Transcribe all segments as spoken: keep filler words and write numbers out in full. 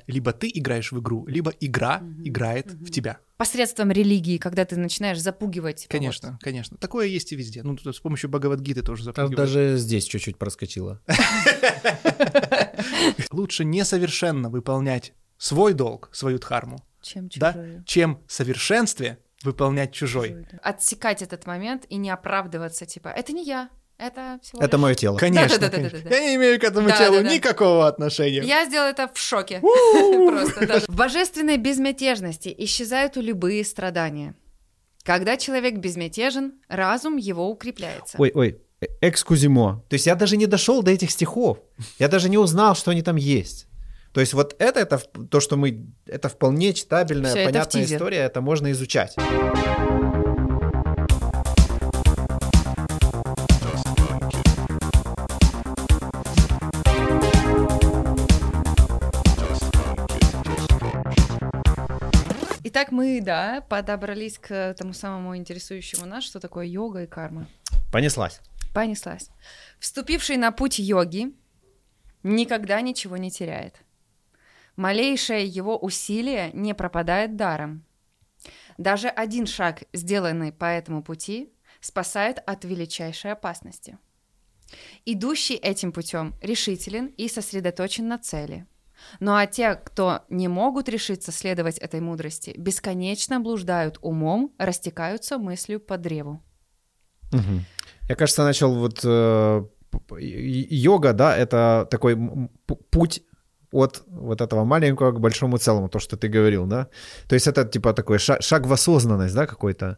либо ты играешь в игру, либо игра угу. играет угу. в тебя. Посредством религии, когда ты начинаешь запугивать. Конечно, вот. конечно. Такое есть и везде. Ну, с помощью Бхагавад-гиты тоже запугивают. Даже здесь чуть-чуть проскочило. Лучше несовершенно выполнять свой долг, свою дхарму, чем чужой. Да? Чем в совершенстве выполнять чужой. чужой да. Отсекать этот момент и не оправдываться, типа, это не я. Это всего Это лишь... мое тело. Конечно, да, да, конечно. Да, да, да, я не имею к этому да, телу да, да. никакого отношения. Я сделала это в шоке. Просто даже. В божественной безмятежности исчезают любые страдания. Когда человек безмятежен, разум его укрепляется. Ой, ой, экскузимо. То есть я даже не дошел до этих стихов. Я даже не узнал, что они там есть. То есть вот это, это то, что мы... Это вполне читабельная, Всё, понятная история, это можно изучать. Итак, мы, да, подобрались к тому самому интересующему нас, что такое йога и карма. Понеслась. Понеслась. Вступивший на путь йоги никогда ничего не теряет. Малейшее его усилие не пропадает даром. Даже один шаг, сделанный по этому пути, спасает от величайшей опасности. Идущий этим путем решителен и сосредоточен на цели. Ну а те, кто не могут решиться следовать этой мудрости, бесконечно блуждают умом, растекаются мыслью по древу. Угу. Я, кажется, начал вот э, йога, да, это такой путь от вот этого маленького к большому целому, то, что ты говорил, да. То есть это типа такой шаг, шаг в осознанность, да, какой-то.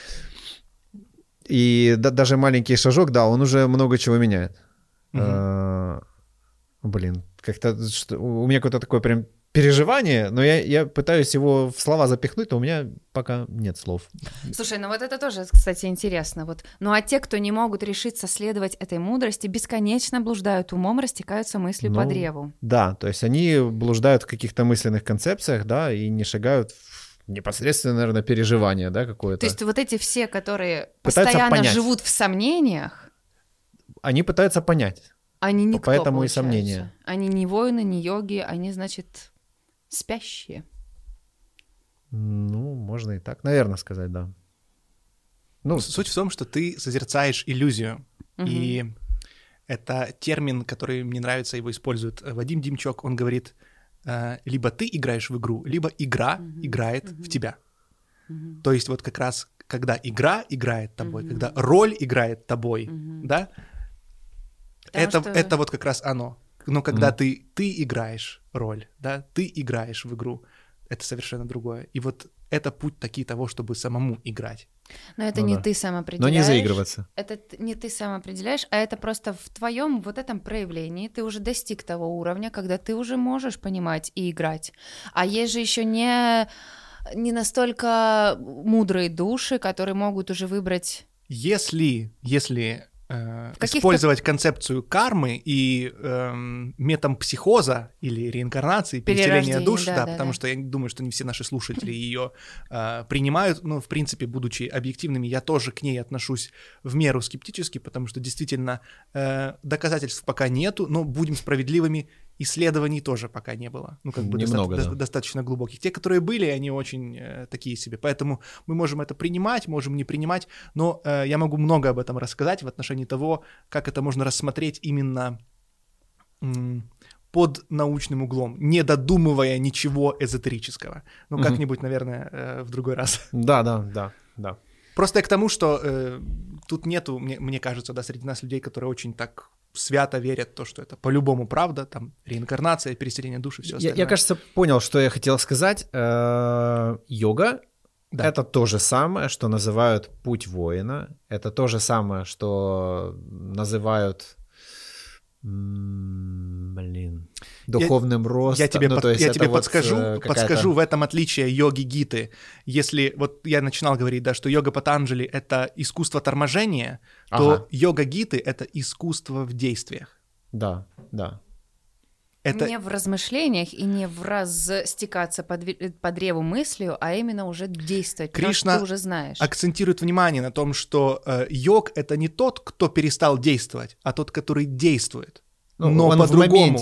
И да, даже маленький шажок, да, он уже много чего меняет. Угу. Э, блин, как-то что, у меня какое-то такое прям переживание, но я, я пытаюсь его в слова запихнуть, но у меня пока нет слов. Слушай, ну вот это тоже, кстати, интересно. Вот. Ну а те, кто не могут решиться следовать этой мудрости, бесконечно блуждают умом, растекаются мыслью ну, по древу. Да, то есть они блуждают в каких-то мысленных концепциях, да, и не шагают в непосредственно, наверное, переживание, да, какое-то. То есть вот эти все, которые пытаются постоянно понять. живут в сомнениях, они пытаются понять. Они никто, Поэтому получается. и сомнения. Они не воины, не йоги, они, значит, спящие. Ну, можно и так, наверное, сказать, да. Ну, суть в том, что ты созерцаешь иллюзию. Угу. И это термин, который мне нравится, его использует Вадим Демчок. Он говорит, либо ты играешь в игру, либо игра угу. играет угу. в тебя. Угу. То есть вот как раз, когда игра играет тобой, угу. когда роль играет тобой, угу. да, это, что... это вот как раз оно. Но когда mm. ты, ты играешь роль, да, ты играешь в игру, это совершенно другое. И вот это путь таки того, чтобы самому играть. Но это ну, не да. ты сам определяешь. Но не заигрываться. Это не ты сам определяешь, а это просто в твоем вот этом проявлении ты уже достиг того уровня, когда ты уже можешь понимать и играть. А есть же еще не, не настолько мудрые души, которые могут уже выбрать... Если, если... использовать концепцию кармы и э, метампсихоза или реинкарнации, переселения душ, да, да, да, потому да. что я думаю, что не все наши слушатели ее э, принимают, но, в принципе, будучи объективными, я тоже к ней отношусь в меру скептически, потому что действительно э, доказательств пока нету, но будем справедливыми, исследований тоже пока не было, ну, как бы Немного, доста- да. достаточно глубоких. Те, которые были, они очень э, такие себе, поэтому мы можем это принимать, можем не принимать, но э, я могу много об этом рассказать в отношении того, как это можно рассмотреть именно м- под научным углом, не додумывая ничего эзотерического. Ну, угу. как-нибудь, наверное, э, в другой раз. Да, да, да, да. Просто к тому, что э, тут нету, мне, мне кажется, да, среди нас людей, которые очень так свято верят в то, что это по-любому правда, там, реинкарнация, переселение души, все остальное. Я, я, кажется, понял, что я хотел сказать. Э-э- йога да. — это то же самое, что называют путь воина, это то же самое, что называют... Блин, духовным я, ростом. Я тебе, ну, под, то есть я тебе вот подскажу, подскажу в этом отличие йоги-гиты. Если вот я начинал говорить, да, что йога Патанджали — это искусство торможения, ага. то йога-гиты — это искусство в действиях. Да, да. Это... Не в размышлениях и не в раз стекаться по, по древу мыслью, а именно уже действовать, Кришна потому что ты уже знаешь. Акцентирует внимание на том, что э, йог — это не тот, кто перестал действовать, а тот, который действует. Ну, но он по-другому. в моменте.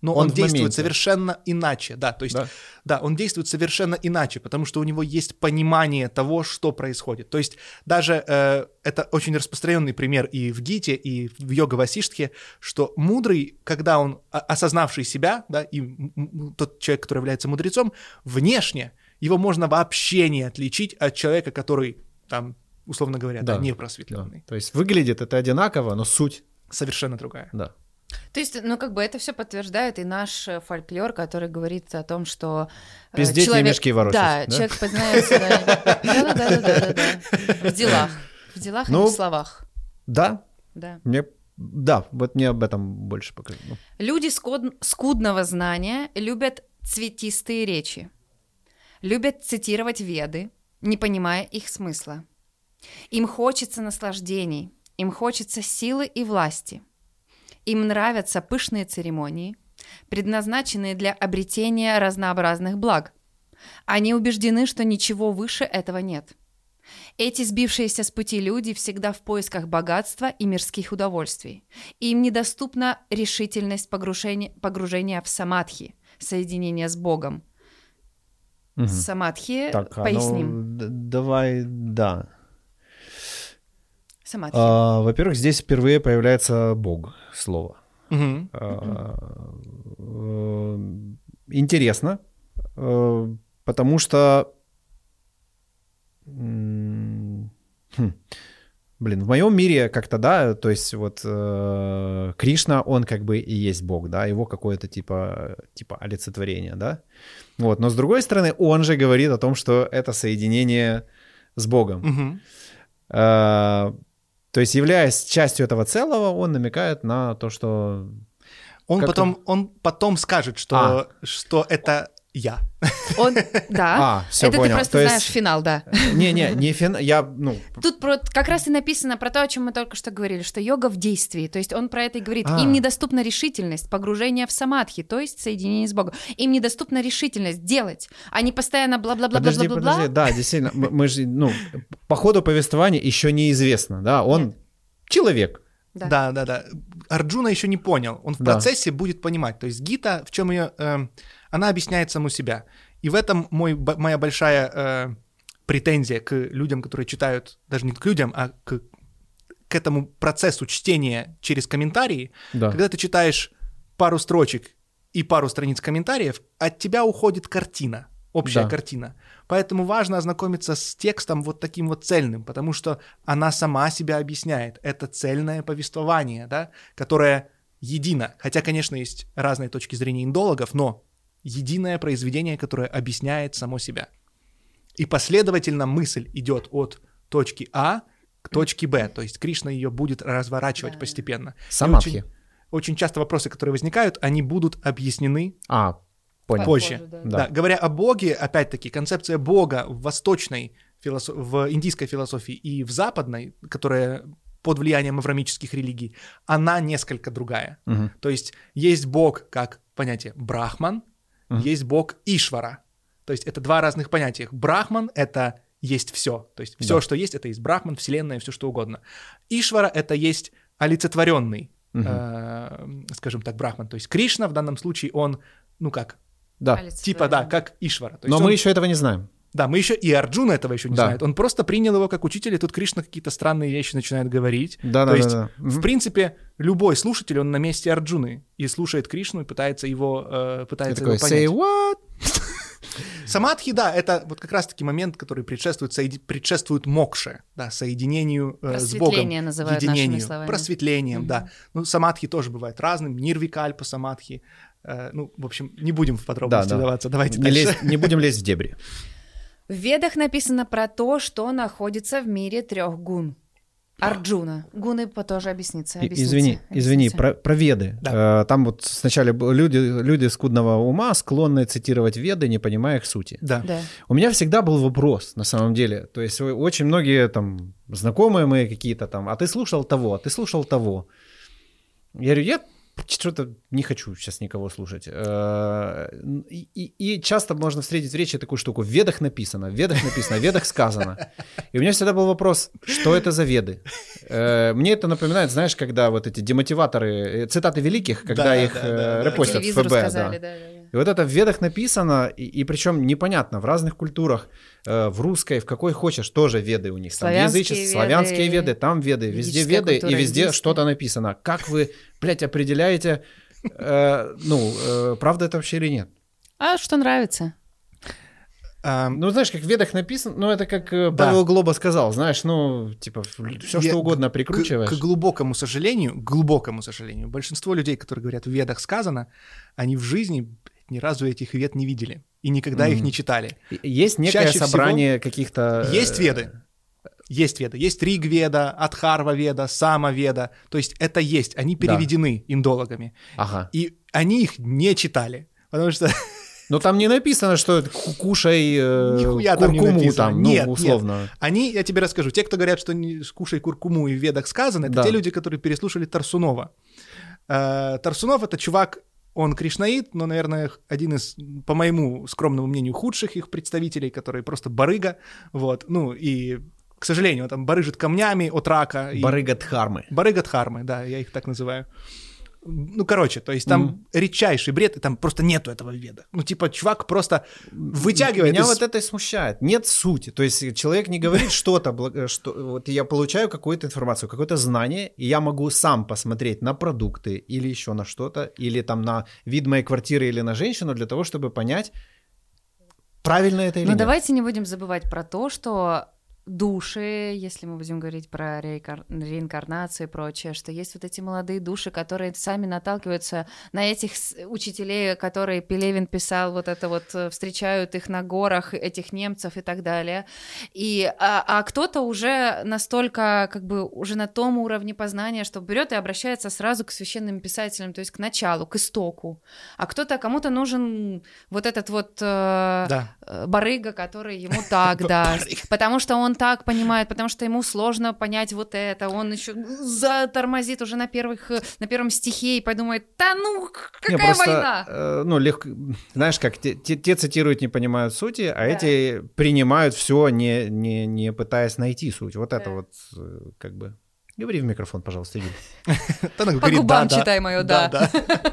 но Он он, в действует моменте. совершенно иначе. Да, то есть, Да. да, он действует совершенно иначе, потому что у него есть понимание того, что происходит. То есть даже э, это очень распространенный пример и в Гите, и в йога-васиштхе, что мудрый, когда он, о- осознавший себя, да, и м- м- тот человек, который является мудрецом, внешне его можно вообще не отличить от человека, который там, условно говоря, да, Да. не Да. просветленный. То есть выглядит это одинаково, но суть, Совершенно другая. да. То есть, ну, как бы это все подтверждает и наш э, фольклор, который говорит о том, что э, Пиздеть, не человек... мешки ворочать, Да, да? человек познается... Да-да-да, в делах. В делах, а не Ну, в словах. Да, Да. мне, да, вот мне об этом больше покажи. Ну, Люди скуд- скудного знания любят цветистые речи, любят цитировать веды, не понимая их смысла. Им хочется наслаждений, им хочется силы и власти. Им нравятся пышные церемонии, предназначенные для обретения разнообразных благ. Они убеждены, что ничего выше этого нет. Эти сбившиеся с пути люди всегда в поисках богатства и мирских удовольствий. Им недоступна решительность погружения, погружения в самадхи, соединение с Богом. мгм. Самадхи, Так, а поясним. ну, д- давай, да. Самадхи. А, во-первых, здесь впервые появляется Бог, слово. Мгм. А, э, Интересно, э, потому что, м, хм, блин, в моем мире как-то, да, то есть вот э, Кришна, он как бы и есть Бог, да, его какое-то типа, типа олицетворение, да, вот, но с другой стороны, он же говорит о том, что это соединение с Богом. Мгм. Э, То есть, являясь частью этого целого, он намекает на то, что... Он Как потом, он потом скажет, что, А. что это я. Он, да, А, всё, это ты понял. просто То есть- знаешь финал, да. Не-не, не фин... Я, ну... Тут про, как раз и написано про то, о чем мы только что говорили, что йога в действии. То есть он про это и говорит. А. Им недоступна решительность, погружение в самадхи, то есть соединение с Богом. Им недоступна решительность делать. Они постоянно Подожди, бла-бла-бла-бла-бла-бла. подожди, да, действительно, мы, мы же, ну, по ходу повествования еще неизвестно, да, он Нет. человек. Да. Да, да, да. Арджуна еще не понял. Он в Да. процессе будет понимать. То есть Гита, в чем ее... э, она объясняет саму себя. И в этом мой, б- моя большая э, претензия к людям, которые читают, даже не к людям, а к, к этому процессу чтения через комментарии. Да. Когда ты читаешь пару строчек и пару страниц комментариев, от тебя уходит картина, общая Да. картина. Поэтому важно ознакомиться с текстом вот таким вот цельным, потому что она сама себя объясняет. Это цельное повествование, да, которое едино. Хотя, конечно, есть разные точки зрения индологов, но единое произведение, которое объясняет само себя. И последовательно мысль идет от точки А к точке Б, то есть Кришна ее будет разворачивать Да. постепенно. И Самадхи. Очень, очень часто вопросы, которые возникают, они будут объяснены А, понял. позже. Позже, да. Да. Да. Говоря о Боге, опять-таки, концепция Бога в восточной филосо- в индийской философии и в западной, которая под влиянием аврамических религий, она несколько другая. Мгм. То есть есть Бог как понятие Брахман, Мгм. есть Бог Ишвара. То есть это два разных понятия. Брахман — это есть все. То есть все, Да. что есть, это есть Брахман, Вселенная, все что угодно. Ишвара — это есть олицетворенный, Мгм. э, скажем так, Брахман. То есть Кришна в данном случае, он, ну как, Да. типа, да, как Ишвара. То есть Но он- мы еще этого не знаем. Да, мы еще и Арджуна этого еще не Да. знает. Он просто принял его как учителя, и тут Кришна какие-то странные вещи начинает говорить. Да, То да, есть, да, да. в Мгм. принципе, любой слушатель, он на месте Арджуны и слушает Кришну и пытается его, э, Я пытается такой, его понять. say what? Самадхи, да, это вот как раз-таки момент, который предшествует, соеди- предшествует мокше, да, соединению э, с Богом, Просветление называют нашими единению, словами. просветлением, Мгм. да. Ну, самадхи тоже бывает разным, нирвикальпа самадхи. Э, ну, в общем, не будем в подробности Да, да. вдаваться, давайте Не, дальше. лезь- не будем лезть в дебри. В Ведах написано про то, что находится в мире трех гун. Арджуна. Гуны тоже объяснится. И- объясните, Извини, извини, объясните. про, про веды. Да. Э, Там вот сначала б- люди, люди скудного ума склонны цитировать веды, не понимая их сути. Да. Да. У меня всегда был вопрос, на самом деле. То есть о- очень многие там знакомые мои какие-то там, а ты слушал того, а ты слушал того. Я говорю, я что-то не хочу сейчас никого слушать. И, и, и часто можно встретить в речи такую штуку. В Ведах написано, в Ведах написано, в Ведах сказано. И у меня всегда был вопрос, что это за Веды? Мне это напоминает, знаешь, когда вот эти демотиваторы, цитаты великих, когда да, их да, да, репостят в ФБ. Сказали, да. Да, да. И вот это в Ведах написано, и, и причем непонятно, в разных культурах, э, в русской, в какой хочешь, тоже Веды у них. Там языческие, славянские Веды, там Веды, везде Веды, и везде индийская. Что-то написано. Как вы, блядь, определяете, э, ну, э, правда это вообще или нет? А что нравится? Um, ну, знаешь, как в Ведах написано, ну, это как да. Павел Глоба сказал, знаешь, ну, типа, все что угодно прикручиваешь. К, к глубокому сожалению, к глубокому сожалению, большинство людей, которые говорят, в Ведах сказано, они в жизни ни разу этих Вед не видели и никогда mm. их не читали. Есть некое Чаще собрание всего каких-то... Есть Веды. Есть Веды. Есть Риг-Веда, Адхарва-Веда, Сама-Веда. То есть это есть. Они переведены да. индологами. Ага. И они их не читали. Потому что... Но там не написано, что кушай э, куркуму там, там ну, нет, условно. Нет. Они, я тебе расскажу, те, кто говорят, что не, кушай куркуму и в Ведах сказано, это да. те люди, которые переслушали Тарсунова. Э, Тарсунов — это чувак, он кришнаит, но, наверное, один из, по моему скромному мнению, худших их представителей, который просто барыга, вот, ну и... К сожалению, он там барыжит камнями от рака. Барыга Дхармы. Барыга Дхармы, да, я их так называю. Ну, короче, то есть там mm. редчайший бред, и там просто нету этого в Ведах. Ну, типа, чувак просто вытягивает... Меня из... вот это и смущает. Нет сути. То есть человек не говорит что-то, что вот я получаю какую-то информацию, какое-то знание, и я могу сам посмотреть на продукты или еще на что-то, или там на вид моей квартиры или на женщину для того, чтобы понять, правильно это или Но нет. Но давайте не будем забывать про то, что... души, если мы будем говорить про реинкар... реинкарнацию и прочее, что есть вот эти молодые души, которые сами наталкиваются на этих учителей, которые Пелевин писал, вот это вот, встречают их на горах, этих немцев и так далее. И, а, а кто-то уже настолько, как бы, уже на том уровне познания, что берет и обращается сразу к священным писателям, то есть к началу, к истоку. А кто-то, кому-то нужен вот этот вот э, да. барыга, который ему так даст, потому что он так понимает, потому что ему сложно понять вот это, он еще затормозит уже на первых, на первом стихе и подумает, да ну, какая Не, просто, война? Э, ну, легко, знаешь, как те, те, те цитируют, не понимают сути, а да. эти принимают все, не, не, не пытаясь найти суть. Вот да. это вот, как бы... Говори в микрофон, пожалуйста, Юль. По губам читай мое «да».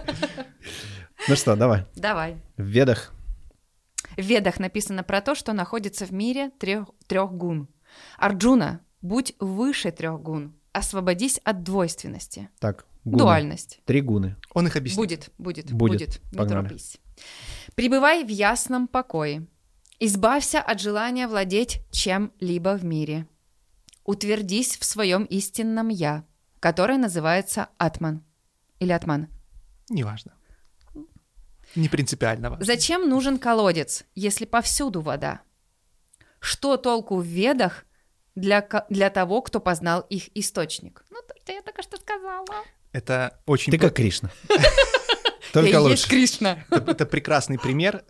Ну что, давай. Давай. В Ведах. В Ведах написано про то, что находится в мире трех, трех гун. Арджуна, будь выше трех гун, освободись от двойственности. Так, гуны. Дуальность. Три гуны. Он их объяснит. Будет, будет, будет. будет. Не торопись. Пребывай в ясном покое. Избавься от желания владеть чем-либо в мире. Утвердись в своем истинном «я», которое называется Атман. Или Атман. Неважно. Не принципиально важно. Зачем нужен колодец, если повсюду вода? Что толку в Ведах для, для того, кто познал их источник? Ну, то, что я только что сказала. Это очень... Ты как Кришна. Только лучше. Есть Кришна. Это прекрасный пример,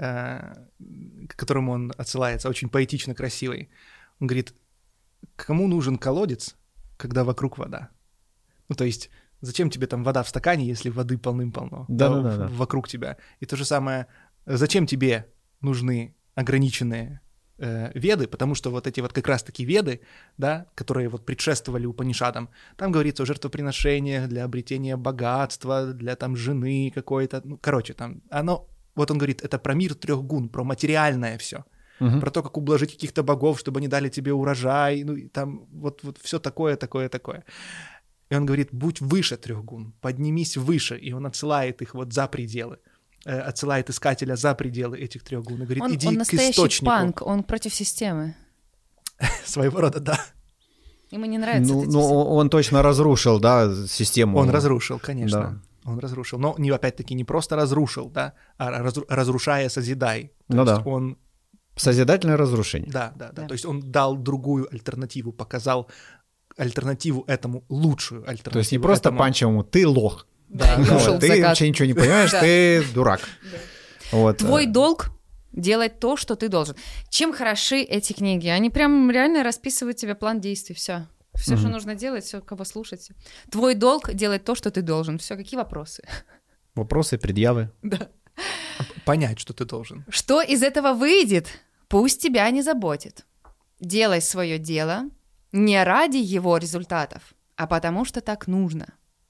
к которому он отсылается, очень поэтично красивый. Он говорит, кому нужен колодец, когда вокруг вода? Ну, то есть... Зачем тебе там вода в стакане, если воды полным-полно да, да, да, да. вокруг тебя? И то же самое, зачем тебе нужны ограниченные э, веды, потому что вот эти вот как раз-таки веды, да, которые вот предшествовали Упанишадам, там говорится о жертвоприношениях для обретения богатства, для там жены какой-то, ну, короче, там оно, вот он говорит, это про мир трех гун, про материальное все. Угу. Про то, как ублажить каких-то богов, чтобы они дали тебе урожай, ну, и там вот, вот все такое, такое, такое. И он говорит, будь выше трех гун, поднимись выше, и он отсылает их вот за пределы, э, отсылает искателя за пределы этих трех гун, и говорит, он, иди он к источнику. Он настоящий панк, он против системы. Своего рода, да. Ему не нравится. Ну, ну он точно разрушил, да, систему. Он разрушил, конечно. Да. Он разрушил, но не, опять-таки не просто разрушил, да, а раз, разрушая созидай. То ну есть да. Он... Созидательное разрушение. Да, да, да, да. То есть он дал другую альтернативу, показал альтернативу этому, лучшую альтернативу. То есть не просто этому... панчевому, ты лох. Да, ну, вот, ты вообще ничего не понимаешь, ты дурак. Вот. Твой долг делать то, что ты должен. Чем хороши эти книги? Они прям реально расписывают тебе план действий, все. Все, что нужно делать, все, кого слушать. Твой долг — делать то, что ты должен. Все, какие вопросы? Вопросы, предъявы. Да. Понять, что ты должен. Что из этого выйдет, пусть тебя не заботит. Делай свое дело не ради его результатов, а потому что так нужно.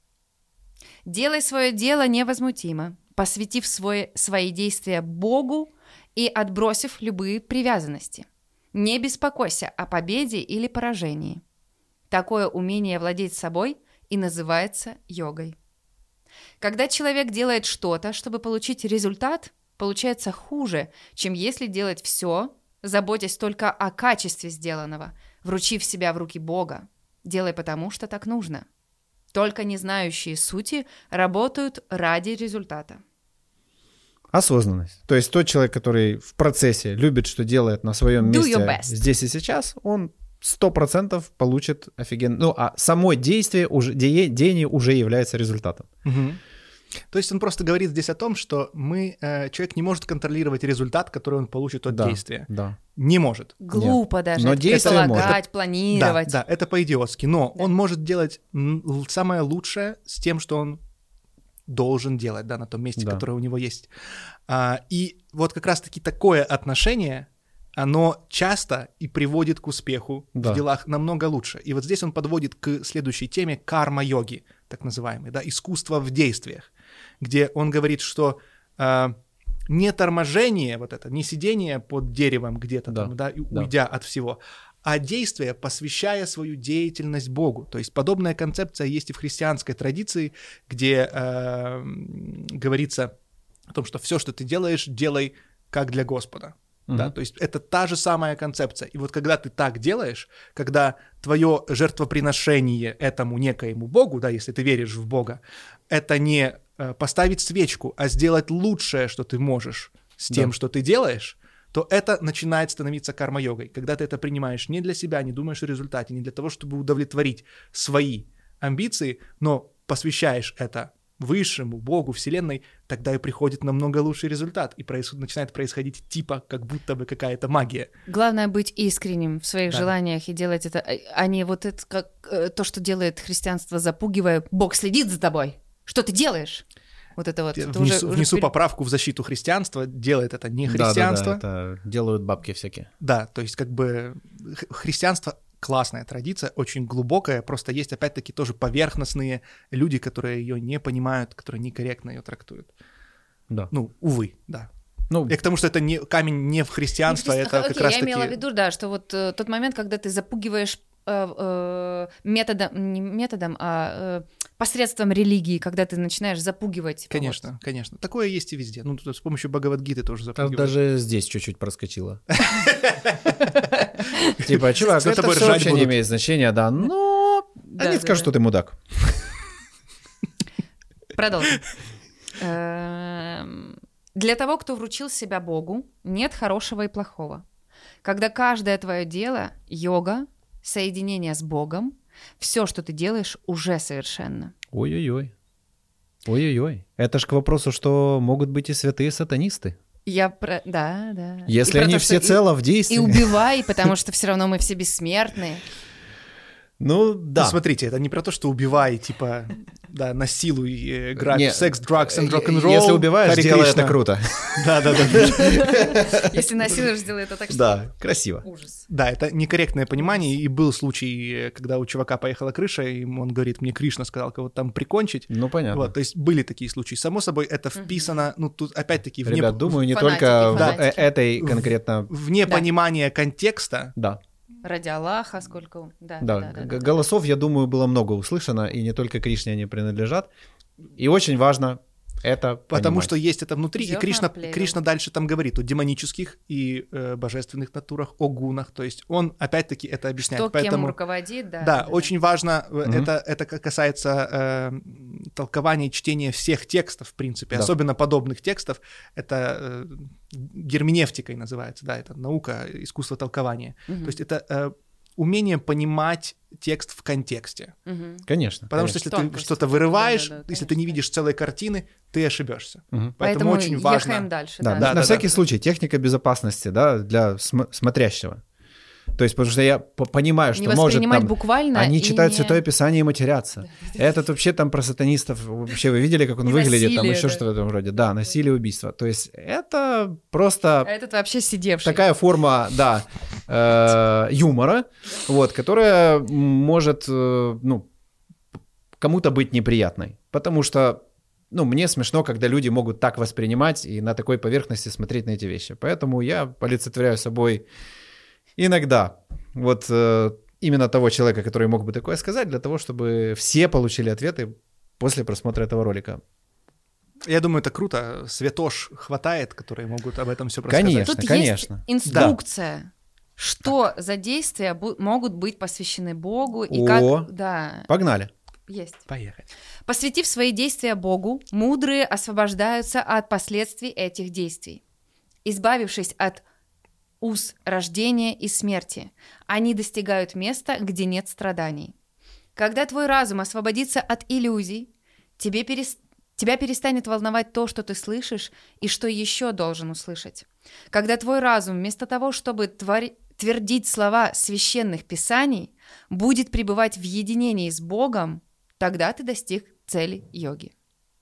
Делай свое дело невозмутимо, посвятив свой, свои действия Богу и отбросив любые привязанности. Не беспокойся о победе или поражении. Такое умение владеть собой и называется йогой. Когда человек делает что-то, чтобы получить результат, получается хуже, чем если делать все, заботясь только о качестве сделанного, вручив себя в руки Бога. Делай потому, что так нужно. Только не знающие сути работают ради результата. Осознанность. То есть тот человек, который в процессе любит, что делает на своем Do месте your best. здесь и сейчас, он сто процентов получит офигенно. Ну, а само действие, уже, де, деяние уже является результатом. Угу. То есть он просто говорит здесь о том, что мы, э, человек не может контролировать результат, который он получит от да, действия. Да. Не может. Глупо Нет. даже Но это действие предполагать, может. планировать. Да, да, это по-идиотски. Но да. он может делать самое лучшее с тем, что он должен делать, да, на том месте, да. которое у него есть. А, и вот как раз-таки такое отношение, оно часто и приводит к успеху да. в делах намного лучше. И вот здесь он подводит к следующей теме карма-йоги, так называемой, да, искусство в действиях, где он говорит, что э, не торможение, вот это, не сидение под деревом где-то да. там, да, да. уйдя от всего, а действие, посвящая свою деятельность Богу. То есть подобная концепция есть и в христианской традиции, где э, говорится о том, что все, что ты делаешь, делай как для Господа. Uh-huh. Да, то есть это та же самая концепция. И вот когда ты так делаешь, когда твое жертвоприношение этому некоему Богу, да, если ты веришь в Бога, это не э, поставить свечку, а сделать лучшее, что ты можешь с тем, да. что ты делаешь, то это начинает становиться карма-йогой. Когда ты это принимаешь не для себя, не думаешь о результате, не для того, чтобы удовлетворить свои амбиции, но посвящаешь это Высшему, Богу, Вселенной, тогда и приходит намного лучший результат, и происход... начинает происходить типа как будто бы какая-то магия. Главное быть искренним в своих да. желаниях и делать это, а не вот это как то, что делает христианство, запугивая, Бог следит за тобой. Что ты делаешь? Вот это вот. Внесу, уже, внесу уже... поправку в защиту христианства, делает это не христианство. Да, да, да, это делают бабки всякие. Да, то есть как бы христианство классная традиция, очень глубокая, просто есть опять-таки тоже поверхностные люди, которые ее не понимают, которые некорректно ее трактуют. Да. Ну, увы, да. Ну, и к тому, что это не, камень не в христианство, не это Окей, как раз я таки... имела в виду, да, что вот э, тот момент, когда ты запугиваешь э, э, методом, не методом, а э, посредством религии, когда ты начинаешь запугивать. Конечно, вот. конечно. Такое есть и везде. Ну, с помощью Бхагавад-гиты тоже запугивают. Даже здесь чуть-чуть проскочило. Типа, чувак, это все вообще не имеет значения, да, но они скажут, что ты мудак. Продолжим. Для того, кто вручил себя Богу, нет хорошего и плохого. Когда каждое твое дело, йога, соединение с Богом, все, что ты делаешь, уже совершенно. Ой-ой-ой. Ой-ой-ой. Это ж к вопросу, что могут быть и святые сатанисты. Я про... Да, да. Если они всецело в действии. И убивай, потому что все равно мы все бессмертные. Ну, да. Ну, смотрите, это не про то, что убивай, типа, да, насилуй, играй в секс, drugs and rock'n'roll. Если убиваешь, делай это круто. Да-да-да. Если насилуешь, делай это так, что... Да, красиво. Ужас. Да, это некорректное понимание, и был случай, когда у чувака поехала крыша, и он говорит, мне Кришна сказал кого-то там прикончить. Ну, понятно. Вот, то есть были такие случаи. Само собой, это вписано, ну, тут опять-таки... Вне... Ребят, думаю, не фанатики, только фанатики. в этой конкретно... Вне да. понимания контекста. Да. Ради Аллаха, сколько... Да, да, да, да, г- да, голосов, я думаю, было много услышано, и не только Кришне они принадлежат. И очень важно это Потому понимать. что есть это внутри, Зерна и Кришна, плевел. Кришна дальше там говорит о демонических и э, божественных натурах, о гунах, то есть он опять-таки это объясняет. Кто Поэтому, кем руководит, да. Да, да очень да. важно, Мгм. это, это касается э, толкования и чтения всех текстов, в принципе, Да. особенно подобных текстов, это э, герменевтикой называется, да, это наука, искусство толкования. Мгм. То есть это э, умение понимать текст в контексте. Мгм. Конечно. Потому конечно. что если Тонкость. ты что-то вырываешь, Да, да, да, если ты не конечно. видишь целой картины, ты ошибешься. Мгм. Поэтому, Поэтому очень важно. ехаем дальше. Да, Да, на, да, на да, всякий да. случай, техника безопасности, да, для см- смотрящего. То есть, потому что я понимаю, что не может там... буквально Они читают не... Святое Писание и матерятся. Этот вообще там про сатанистов... Вообще вы видели, как он и выглядит? Насилие, там еще да. что-то в этом роде. Да, насилие, убийство. То есть это просто... А этот вообще сидевший. Такая форма, да, э, юмора, вот, которая может, э, ну, кому-то быть неприятной. Потому что, ну, мне смешно, когда люди могут так воспринимать и на такой поверхности смотреть на эти вещи. Поэтому я олицетворяю собой... Иногда вот э, именно того человека, который мог бы такое сказать, для того, чтобы все получили ответы после просмотра этого ролика. Я думаю, это круто. Святош хватает, которые могут об этом все рассказать. Конечно, Тут конечно. есть инструкция, да. что так. за действия бу- могут быть посвящены Богу и О, как... Да. Погнали. Есть. Поехали. Посвятив свои действия Богу, мудрые освобождаются от последствий этих действий. Избавившись от уз рождения и смерти, они достигают места, где нет страданий. Когда твой разум освободится от иллюзий, тебе перес... тебя перестанет волновать то, что ты слышишь и что еще должен услышать. Когда твой разум, вместо того, чтобы твор... твердить слова священных писаний, будет пребывать в единении с Богом, тогда ты достиг цели йоги.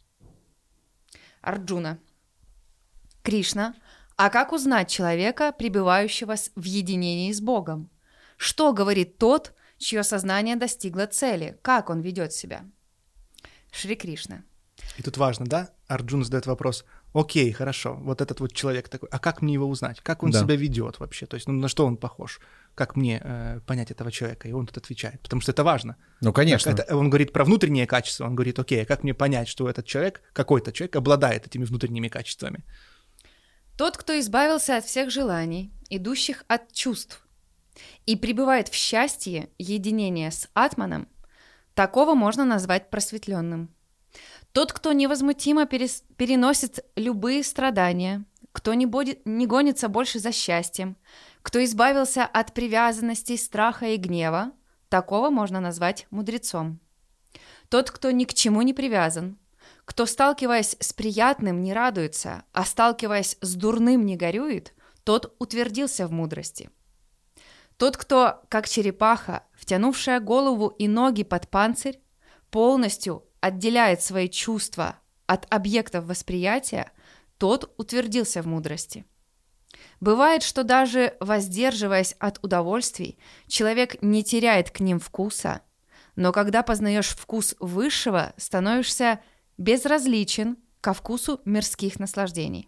Арджуна. Кришна. А как узнать человека, пребывающего в единении с Богом? Что говорит тот, чье сознание достигло цели? Как он ведет себя? Шри Кришна. И тут важно, да? Арджуна задает вопрос: окей, хорошо, вот этот вот человек такой, а как мне его узнать? Как он да. себя ведет вообще? То есть, ну, на что он похож? Как мне э, понять этого человека? И он тут отвечает, потому что это важно. Ну, конечно. Это, он говорит про внутренние качества, он говорит: окей, а как мне понять, что этот человек, какой-то человек обладает этими внутренними качествами? Тот, кто избавился от всех желаний, идущих от чувств, и пребывает в счастье единения с Атманом, такого можно назвать просветленным. Тот, кто невозмутимо перес... переносит любые страдания, кто не, будет... не гонится больше за счастьем, кто избавился от привязанностей, страха и гнева, такого можно назвать мудрецом. Тот, кто ни к чему не привязан, кто, сталкиваясь с приятным, не радуется, а сталкиваясь с дурным, не горюет, тот утвердился в мудрости. Тот, кто, как черепаха, втянувшая голову и ноги под панцирь, полностью отделяет свои чувства от объектов восприятия, тот утвердился в мудрости. Бывает, что даже воздерживаясь от удовольствий, человек не теряет к ним вкуса, но когда познаешь вкус высшего, становишься безразличен ко вкусу мирских наслаждений.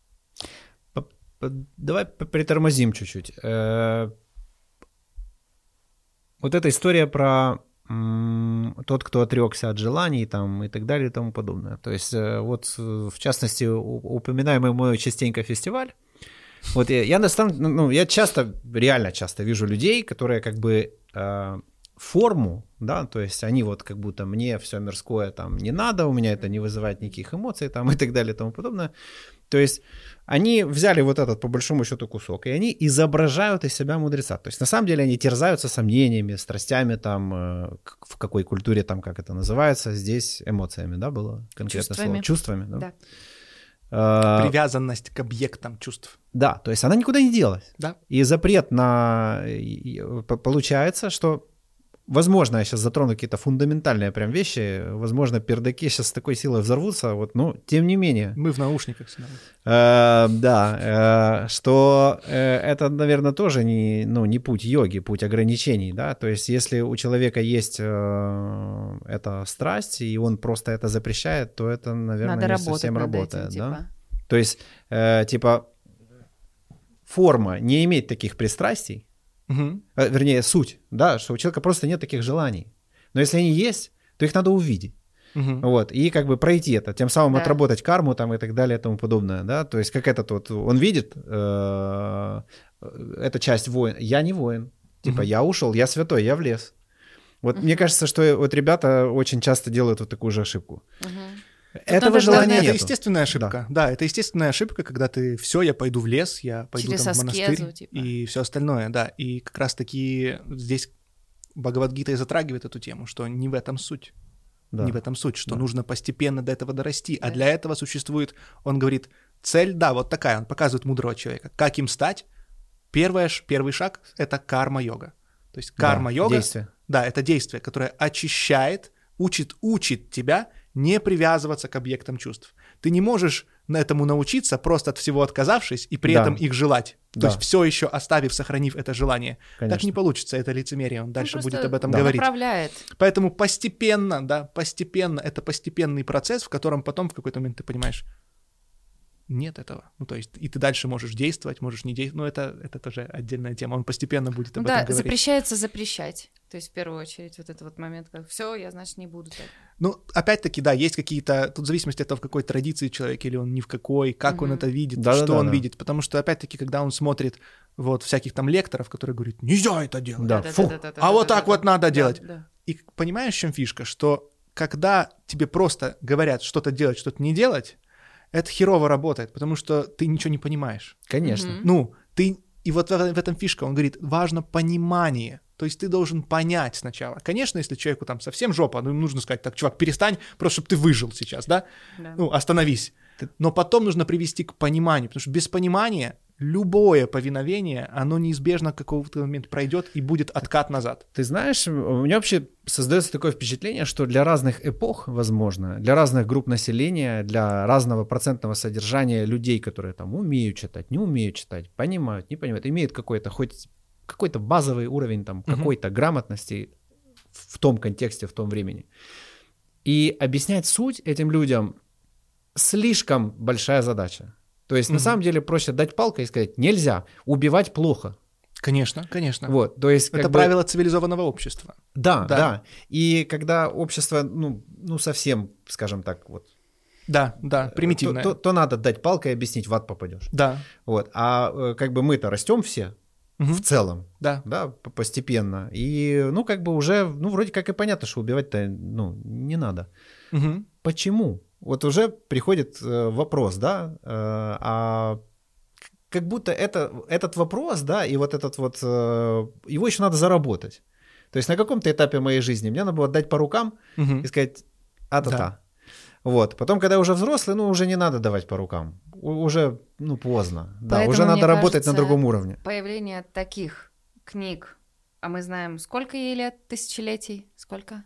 Давай притормозим чуть-чуть. Вот эта история про тот, кто отрекся от желаний там, и так далее и тому подобное. То есть вот в частности упоминаемый мой частенько фестиваль. Вот я, я, ну, я часто, реально часто вижу людей, которые как бы э, форму, да, то есть они вот как будто мне все мирское там не надо, у меня это не вызывает никаких эмоций там и так далее и тому подобное. То есть они взяли вот этот по большому счету кусок, и они изображают из себя мудреца. То есть на самом деле они терзаются сомнениями, страстями там, э, в какой культуре там, как это называется, здесь эмоциями, да, было конкретное Чувствами. слово? Чувствами. Да. Да. Привязанность к объектам чувств. Да, то есть она никуда не делась. Да. И запрет на... Получается, что, возможно, я сейчас затрону какие-то фундаментальные прям вещи, возможно, пердаки сейчас с такой силой взорвутся, вот, но тем не менее. Мы в наушниках всегда. Э, да, э, что э, это, наверное, тоже не, ну, не путь йоги, путь ограничений, да, то есть если у человека есть э, эта страсть, и он просто это запрещает, то это, наверное, Надо не работать совсем над работает, этим, да. типа. То есть, э, типа, форма не иметь таких пристрастий, угу. э, вернее, суть, да, что у человека просто нет таких желаний. Но если они есть, то их надо увидеть. Угу. Вот, и как бы пройти это, тем самым да. отработать карму там и так далее и тому подобное, да, то есть как этот вот, он видит, э, эта часть воин, я не воин, типа угу. я ушел, я святой, я в лес. Вот угу. мне кажется, что вот ребята очень часто делают вот такую же ошибку. Угу. Этого надо, желания это нету. естественная ошибка. Да. да, это естественная ошибка, когда ты все, я пойду в лес, я пойду Через там в монастырь аскезу, типа. И все остальное, да. И как раз-таки здесь Бхагавад-гита и затрагивает эту тему, что не в этом суть. Да. Не в этом суть, что да. нужно постепенно до этого дорасти. Да. А для этого существует, он говорит, цель, да, вот такая, он показывает мудрого человека. Как им стать? Первое, первый шаг — это карма-йога. То есть карма-йога... Да, действие. Да, это действие, которое очищает, учит, учит тебя не привязываться к объектам чувств. Ты не можешь этому научиться, просто от всего отказавшись и при да. этом их желать. Да. То есть все еще оставив, сохранив это желание. Конечно. Так не получится, это лицемерие, он дальше Он будет об этом да. говорить. Направляет. Поэтому постепенно, да, постепенно, это постепенный процесс, в котором потом в какой-то момент ты понимаешь, нет этого. Ну, то есть, и ты дальше можешь действовать, можешь не действовать. Ну, это, это тоже отдельная тема. Он постепенно будет об ну, этом да, говорить. запрещается запрещать. То есть, в первую очередь, вот этот вот момент, как все, я, значит, не буду так. Ну, опять-таки, да, есть какие-то... Тут в зависимости от того, в какой традиции человек, или он ни в какой, как mm-hmm. он это видит, да, что да, он да. видит. Потому что, опять-таки, когда он смотрит вот всяких там лекторов, которые говорят, нельзя это делать, да, да, фу, да, да, да, а да, вот да, так да, вот да, надо да, делать. Да. И понимаешь, в чем фишка? Что когда тебе просто говорят что-то делать, что-то не делать, это херово работает, потому что ты ничего не понимаешь. Конечно. Mm-hmm. Ну, ты... И вот в, в этом фишка, он говорит, важно понимание. То есть ты должен понять сначала. Конечно, если человеку там совсем жопа, ну, им нужно сказать, так, чувак, перестань, просто чтобы ты выжил сейчас, да? Да. Ну, остановись. Но потом нужно привести к пониманию, потому что без понимания любое повиновение, оно неизбежно в какой-то момент пройдет и будет откат назад. Ты знаешь, у меня вообще создается такое впечатление, что для разных эпох, возможно, для разных групп населения, для разного процентного содержания людей, которые там умеют читать, не умеют читать, понимают, не понимают, имеют какой-то хоть какой-то базовый уровень там uh-huh. какой-то грамотности в том контексте, в том времени. И объяснять суть этим людям слишком большая задача. То есть, mm-hmm. на самом деле, проще дать палку и сказать, нельзя, убивать плохо. Конечно, конечно. Вот, то есть, это как правило бы... цивилизованного общества. Да, да, да. И когда общество, ну, ну, совсем, скажем так, вот... Да, да, примитивное. То, то, то надо дать палку и объяснить, в ад попадешь. Да. Вот, а как бы мы-то растем все mm-hmm. в целом. Да. Да, постепенно. И, ну, как бы уже, ну, вроде как и понятно, что убивать-то, ну, не надо. Mm-hmm. Почему? Вот уже приходит э, вопрос, да, э, а как будто это, этот вопрос, да, и вот этот вот, э, его еще надо заработать. То есть на каком-то этапе моей жизни мне надо было дать по рукам угу. и сказать а-та-та. Да. Вот. Потом, когда я уже взрослый, ну, уже не надо давать по рукам. У- уже, ну, поздно. Да, Поэтому, уже надо работать кажется, на другом уровне. Появление таких книг, а мы знаем, сколько ей лет, тысячелетий, сколько?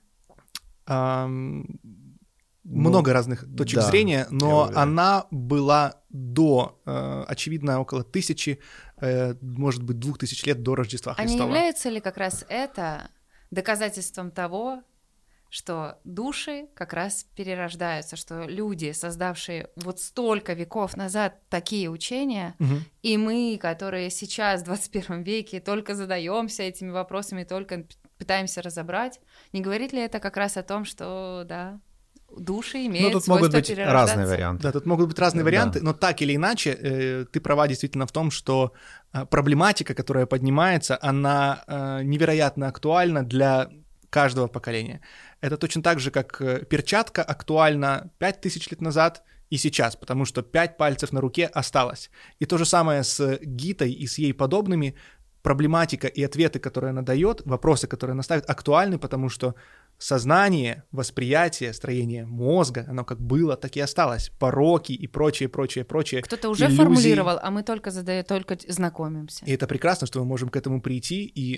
Um... Ну, много разных точек да, зрения, но она была до, э, очевидно, около тысячи, э, может быть, двух тысяч лет до Рождества Христова. А не является ли как раз это доказательством того, что души как раз перерождаются, что люди, создавшие вот столько веков назад такие учения, угу. и мы, которые сейчас в двадцать первом веке только задаемся этими вопросами, только пытаемся разобрать, не говорит ли это как раз о том, что, да, души имеют ну, тут свойство могут быть перерождаться. разные варианты. Да, тут могут быть разные да. варианты, но так или иначе, э, ты права действительно в том, что э, проблематика, которая поднимается, она э, невероятно актуальна для каждого поколения. Это точно так же, как э, перчатка актуальна пять тысяч лет назад и сейчас, потому что пять пальцев на руке осталось. И то же самое с Гитой и с ей подобными. Проблематика и ответы, которые она дает, вопросы, которые она ставит, актуальны, потому что сознание, восприятие, строение мозга, оно как было, так и осталось. Пороки и прочее, прочее, прочее. Кто-то уже иллюзии. формулировал, а мы только задаем, только знакомимся. И это прекрасно, что мы можем к этому прийти, и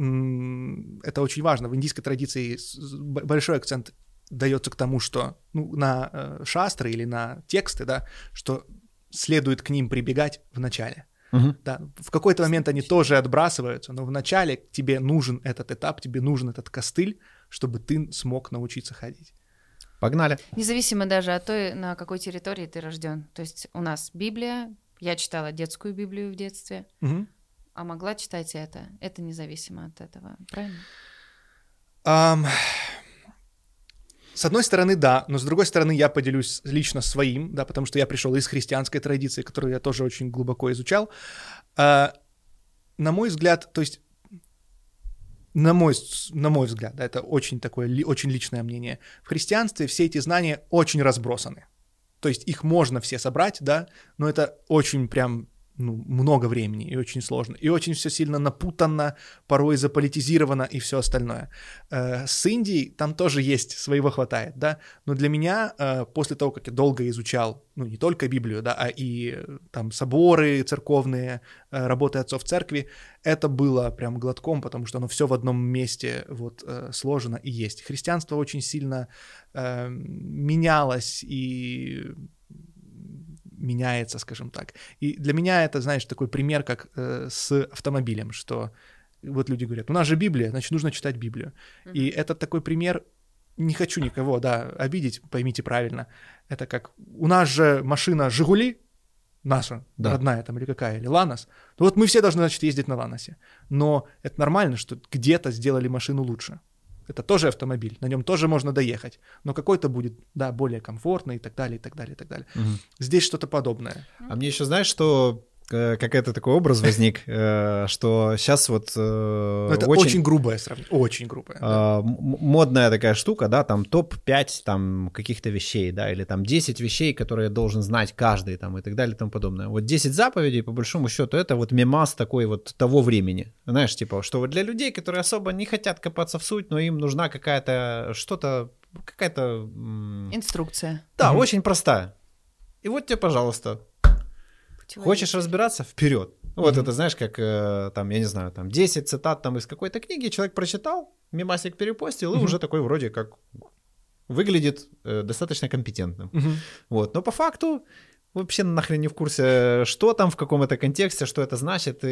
м- это очень важно. В индийской традиции большой акцент дается к тому, что ну, на э, шастры или на тексты, да, что следует к ним прибегать в начале. Угу. Да, в какой-то момент они тоже отбрасываются, но вначале тебе нужен этот этап, тебе нужен этот костыль, чтобы ты смог научиться ходить. Погнали. Независимо даже от той, на какой территории ты рожден. То есть у нас Библия, я читала детскую Библию в детстве, Угу. а могла читать это. Это независимо от этого, правильно? Um, с одной стороны, да, но с другой стороны, я поделюсь лично своим, да, потому что я пришел из христианской традиции, которую я тоже очень глубоко изучал. Uh, на мой взгляд, то есть, на мой, на мой взгляд, да, это очень такое, ли, очень личное мнение, в христианстве все эти знания очень разбросаны. То есть их можно все собрать, да, но это очень прям ну, много времени и очень сложно, и очень все сильно напутано, порой заполитизировано и все остальное. Э, с Индией там тоже есть, своего хватает, да, но для меня э, после того, как я долго изучал, ну, не только Библию, да, а и э, там соборы церковные, э, работы отцов церкви, это было прям глотком, потому что оно все в одном месте вот э, сложено и есть. Христианство очень сильно э, менялось и меняется, скажем так. И для меня это, знаешь, такой пример, как э, с автомобилем, что вот люди говорят, у нас же Библия, значит, нужно читать Библию. Mm-hmm. И это такой пример, не хочу никого, да, обидеть, поймите правильно, это как, у нас же машина «Жигули», наша, да. родная там или какая, или «Ланос», ну вот мы все должны, значит, ездить на «Ланосе». Но это нормально, что где-то сделали машину лучше. Это тоже автомобиль, на нем тоже можно доехать, но какой-то будет, да, более комфортный и так далее, и так далее, и так далее. Угу. Здесь что-то подобное. А мне еще, знаешь, что э, какой-то такой образ возник, э, что сейчас вот... Э, это очень, очень грубое сравнение, очень грубое. Э, да. Модная такая штука, да, там топ пять там каких-то вещей, да, или там десять вещей, которые должен знать каждый, там, и так далее, и тому подобное. Вот десять заповедей, по большому счету, это вот мемас такой вот того времени. Знаешь, типа, что вот для людей, которые особо не хотят копаться в суть, но им нужна какая-то что-то, какая-то... Инструкция. Да, mm-hmm. очень простая. И вот тебе, пожалуйста, хочешь разбираться? Вперед. Вот mm-hmm. это, знаешь, как там, я не знаю, там десять цитат там из какой-то книги, человек прочитал, мемасик перепостил, mm-hmm. и уже такой вроде как выглядит э, достаточно компетентным. Mm-hmm. Вот, но по факту вообще нахрен не в курсе, что там, в каком это контексте, что это значит,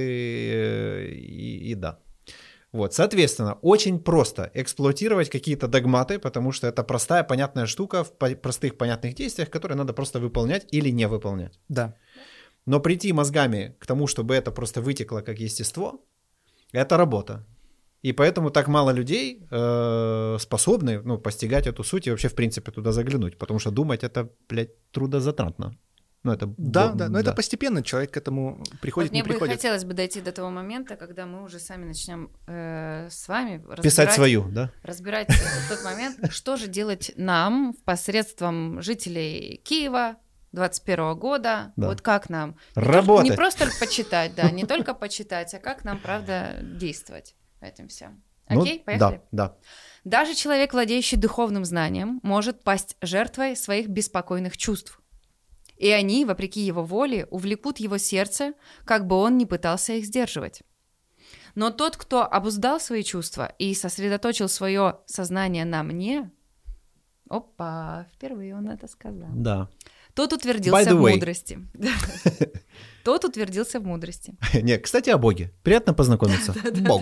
и, и, и да. Вот, соответственно, очень просто эксплуатировать какие-то догматы, потому что это простая, понятная штука в простых, понятных действиях, которые надо просто выполнять или не выполнять. Да. Но прийти мозгами к тому, чтобы это просто вытекло как естество, это работа. И поэтому так мало людей э, способны, ну, постигать эту суть и вообще, в принципе, туда заглянуть, потому что думать это, блядь, трудозатратно. Ну, это, да, бо- да, но да. это постепенно человек к этому приходит, вот не мне приходит. Мне бы хотелось бы дойти до того момента, когда мы уже сами начнем э, с вами разбирать, писать свою, да? разбирать тот момент, что же делать нам посредством жителей Киева двадцать первого года, да. Вот как нам работать. Не просто почитать, да, не только почитать, а как нам, правда, действовать в этом всем. Окей, ну, поехали? Да, да. Даже человек, владеющий духовным знанием, может пасть жертвой своих беспокойных чувств. И они, вопреки его воле, увлекут его сердце, как бы он ни пытался их сдерживать. Но тот, кто обуздал свои чувства и сосредоточил свое сознание на мне, опа, впервые он это сказал. Да. Тот утвердился в мудрости. Тот утвердился в мудрости. Не, кстати, о Боге. Приятно познакомиться. Бог.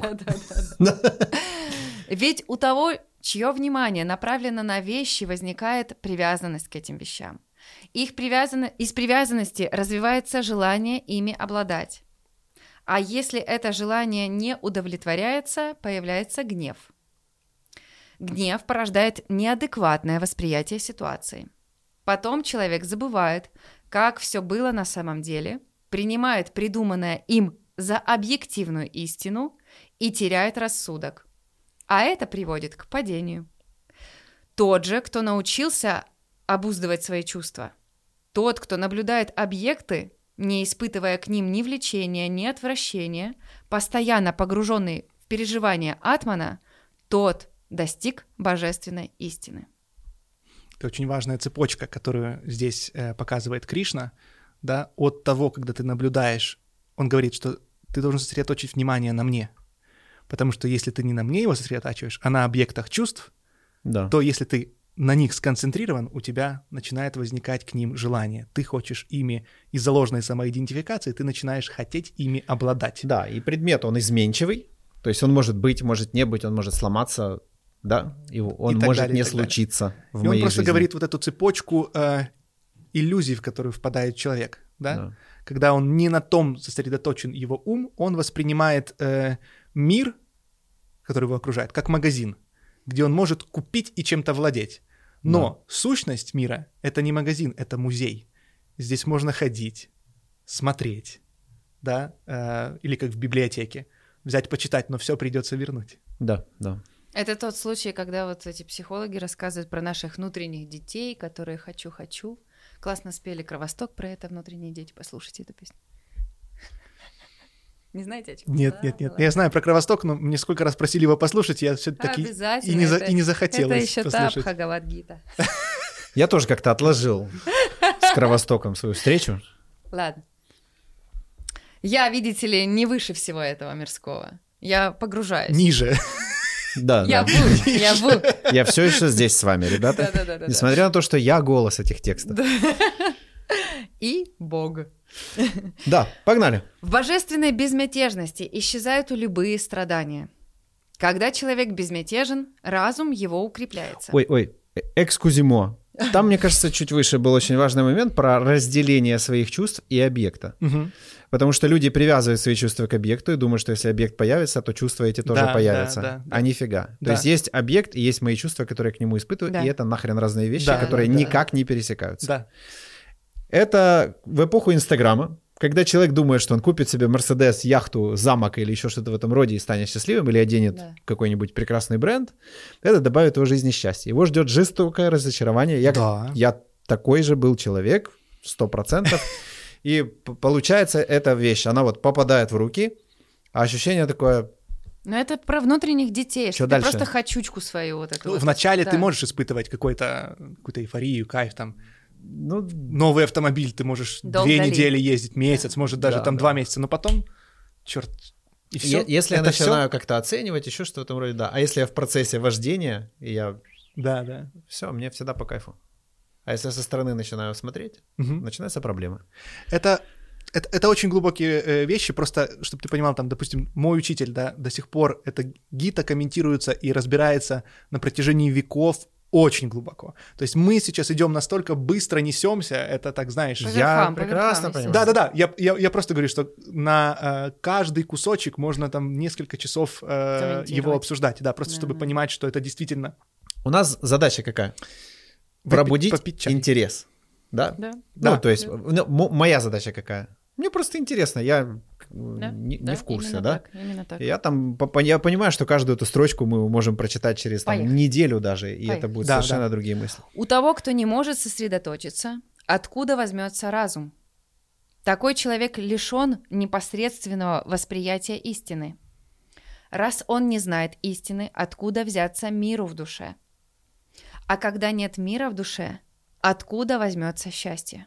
Ведь у того, чье внимание направлено на вещи, возникает привязанность к этим вещам. Их привязан... Из привязанности развивается желание ими обладать. А если это желание не удовлетворяется, появляется гнев. Гнев порождает неадекватное восприятие ситуации. Потом человек забывает, как все было на самом деле, принимает придуманное им за объективную истину и теряет рассудок. А это приводит к падению. Тот же, кто научился обуздывать свои чувства, тот, кто наблюдает объекты, не испытывая к ним ни влечения, ни отвращения, постоянно погруженный в переживания атмана, тот достиг божественной истины. Это очень важная цепочка, которую здесь э, показывает Кришна, да, от того, когда ты наблюдаешь, он говорит, что ты должен сосредоточить внимание на мне, потому что если ты не на мне его сосредотачиваешь, а на объектах чувств, да. то если ты на них сконцентрирован, у тебя начинает возникать к ним желание. Ты хочешь ими, из-за ложной самоидентификации, ты начинаешь хотеть ими обладать. Да, и предмет, он изменчивый, то есть он может быть, может не быть, он может сломаться, да, и он и может далее, не случиться в и моей он просто жизни. говорит вот эту цепочку э, иллюзий, в которую впадает человек, да? Да. Когда он не на том сосредоточен его ум, он воспринимает э, мир, который его окружает, как магазин, где он может купить и чем-то владеть. Но да. Сущность мира — это не магазин, это музей. Здесь можно ходить, смотреть, да, э, или как в библиотеке, взять, почитать, но все придется вернуть. Да, да. Это тот случай, когда вот эти психологи рассказывают про наших внутренних детей, которые «хочу-хочу». Классно спели «Кровосток» про это, «Внутренние дети». Послушайте эту песню. Не знаете, о чем? Нет, да, нет, нет. ладно. Я знаю про Кровосток, но мне сколько раз просили его послушать, я все-таки и не, за, это, и не захотелось это еще послушать. та Бхагавад-гита. Я тоже как-то отложил с Кровостоком свою встречу. Ладно. Я, видите ли, не выше всего этого мирского. Я погружаюсь. Ниже. Да, я да. Бу, я Бу. Я все еще здесь с вами, ребята. Да, да, да, Несмотря на то, что я голос этих текстов. И Бог. Да, погнали. В божественной безмятежности исчезают любые страдания. Когда человек безмятежен, разум его укрепляется. Ой, ой, экскузимо. Там, мне кажется, чуть выше был очень важный момент про разделение своих чувств и объекта. Угу. Потому что люди привязывают свои чувства к объекту и думают, что если объект появится, то чувства эти тоже Да, появятся. да, да, а да. нифига. Да. То есть есть объект и есть мои чувства, которые я к нему испытываю, Да. и это нахрен разные вещи, Да, которые да, да. никак не пересекаются. Да. Это в эпоху Инстаграма, когда человек думает, что он купит себе Мерседес, яхту, замок или еще что-то в этом роде и станет счастливым, или оденет Да. какой-нибудь прекрасный бренд, это добавит его жизни счастья. Его ждет жестокое разочарование. Я, Да. я такой же был человек, сто процентов. И п- получается, эта вещь, она вот попадает в руки, а ощущение такое... Но это про внутренних детей, что Чё ты дальше? просто хочучку свою вот эту Ну, вот. вначале Да. ты можешь испытывать какой-то, какую-то эйфорию, кайф, там, Ну, новый автомобиль, ты можешь Долго две ли? недели ездить, месяц, может даже Да, там да. два месяца, но потом, черт, и все. е- если я начинаю как-то оценивать, еще что-то в этом роде, да. А если я в процессе вождения, и я... Да, да. Все, мне всегда по кайфу. А если я со стороны начинаю смотреть, Мгм. начинаются проблемы. Это, это, это очень глубокие э, вещи, просто, чтобы ты понимал, там, допустим, мой учитель, да, до сих пор эта гита комментируется и разбирается на протяжении веков очень глубоко. То есть мы сейчас идем настолько быстро, несемся, это так, знаешь... По Я верхам, по прекрасно верхам, понимаю. Да-да-да, я, я, я просто говорю, что на э, каждый кусочек можно там несколько часов э, Комментировать. его обсуждать, да, просто Да, чтобы да. понимать, что это действительно... У нас задача какая? Выпить- Пробудить попить чай. интерес. Да? Да. Ну, Да. то есть, Да. ну, мо- моя задача какая? Мне просто интересно, я э, Да, не, да, не в курсе, именно да? так, именно так. Я там, по- по- я понимаю, что каждую эту строчку мы можем прочитать через там, Поехали. неделю даже, и Поехали. это будут Да, совершенно да. другие мысли. У того, кто не может сосредоточиться, откуда возьмется разум? Такой человек лишен непосредственного восприятия истины. Раз он не знает истины, откуда взяться миру в душе? А когда нет мира в душе, откуда возьмется счастье?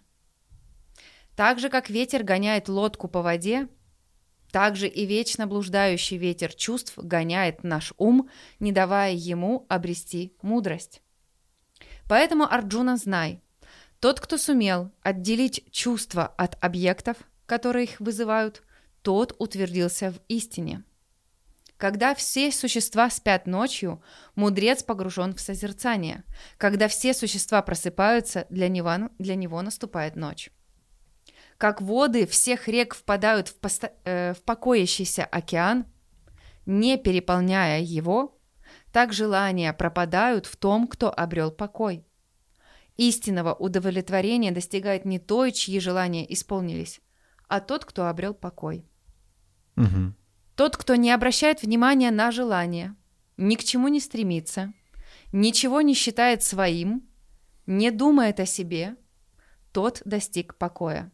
Так же, как ветер гоняет лодку по воде, так же и вечно блуждающий ветер чувств гоняет наш ум, не давая ему обрести мудрость. Поэтому, Арджуна, знай, тот, кто сумел отделить чувства от объектов, которые их вызывают, тот утвердился в истине. Когда все существа спят ночью, мудрец погружен в созерцание. Когда все существа просыпаются, для него, для него наступает ночь. Как воды всех рек впадают в, посто- э, в покоящийся океан, не переполняя его, так желания пропадают в том, кто обрел покой. Истинного удовлетворения достигает не той, чьи желания исполнились, а тот, кто обрел покой. Мгм. Тот, кто не обращает внимания на желания, ни к чему не стремится, ничего не считает своим, не думает о себе, тот достиг покоя.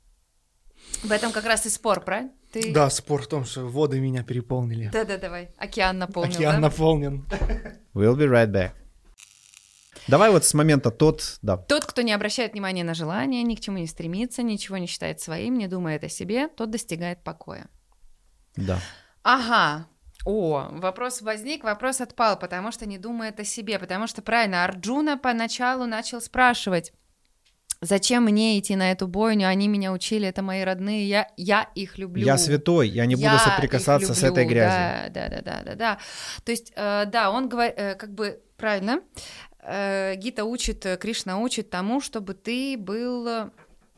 В этом как раз и спор, правильно? Ты... Да, спор в том, что воды меня переполнили. Да-да, давай. Океан наполнил, Океан да? наполнен. We'll be right back. Давай вот с момента тот, да. Тот, кто не обращает внимания на желания, ни к чему не стремится, ничего не считает своим, не думает о себе, тот достигает покоя. Да. Ага. О, вопрос возник, вопрос отпал, потому что не думает о себе, потому что, правильно, Арджуна поначалу начал спрашивать, зачем мне идти на эту бойню, они меня учили, это мои родные, я, я их люблю. Я святой, я не буду Я соприкасаться их с этой люблю, грязью. Да, да, да, да, да, да. То есть, э, да, он говорит, э, как бы, правильно, э, Гита учит, э, Кришна учит тому, чтобы ты был э,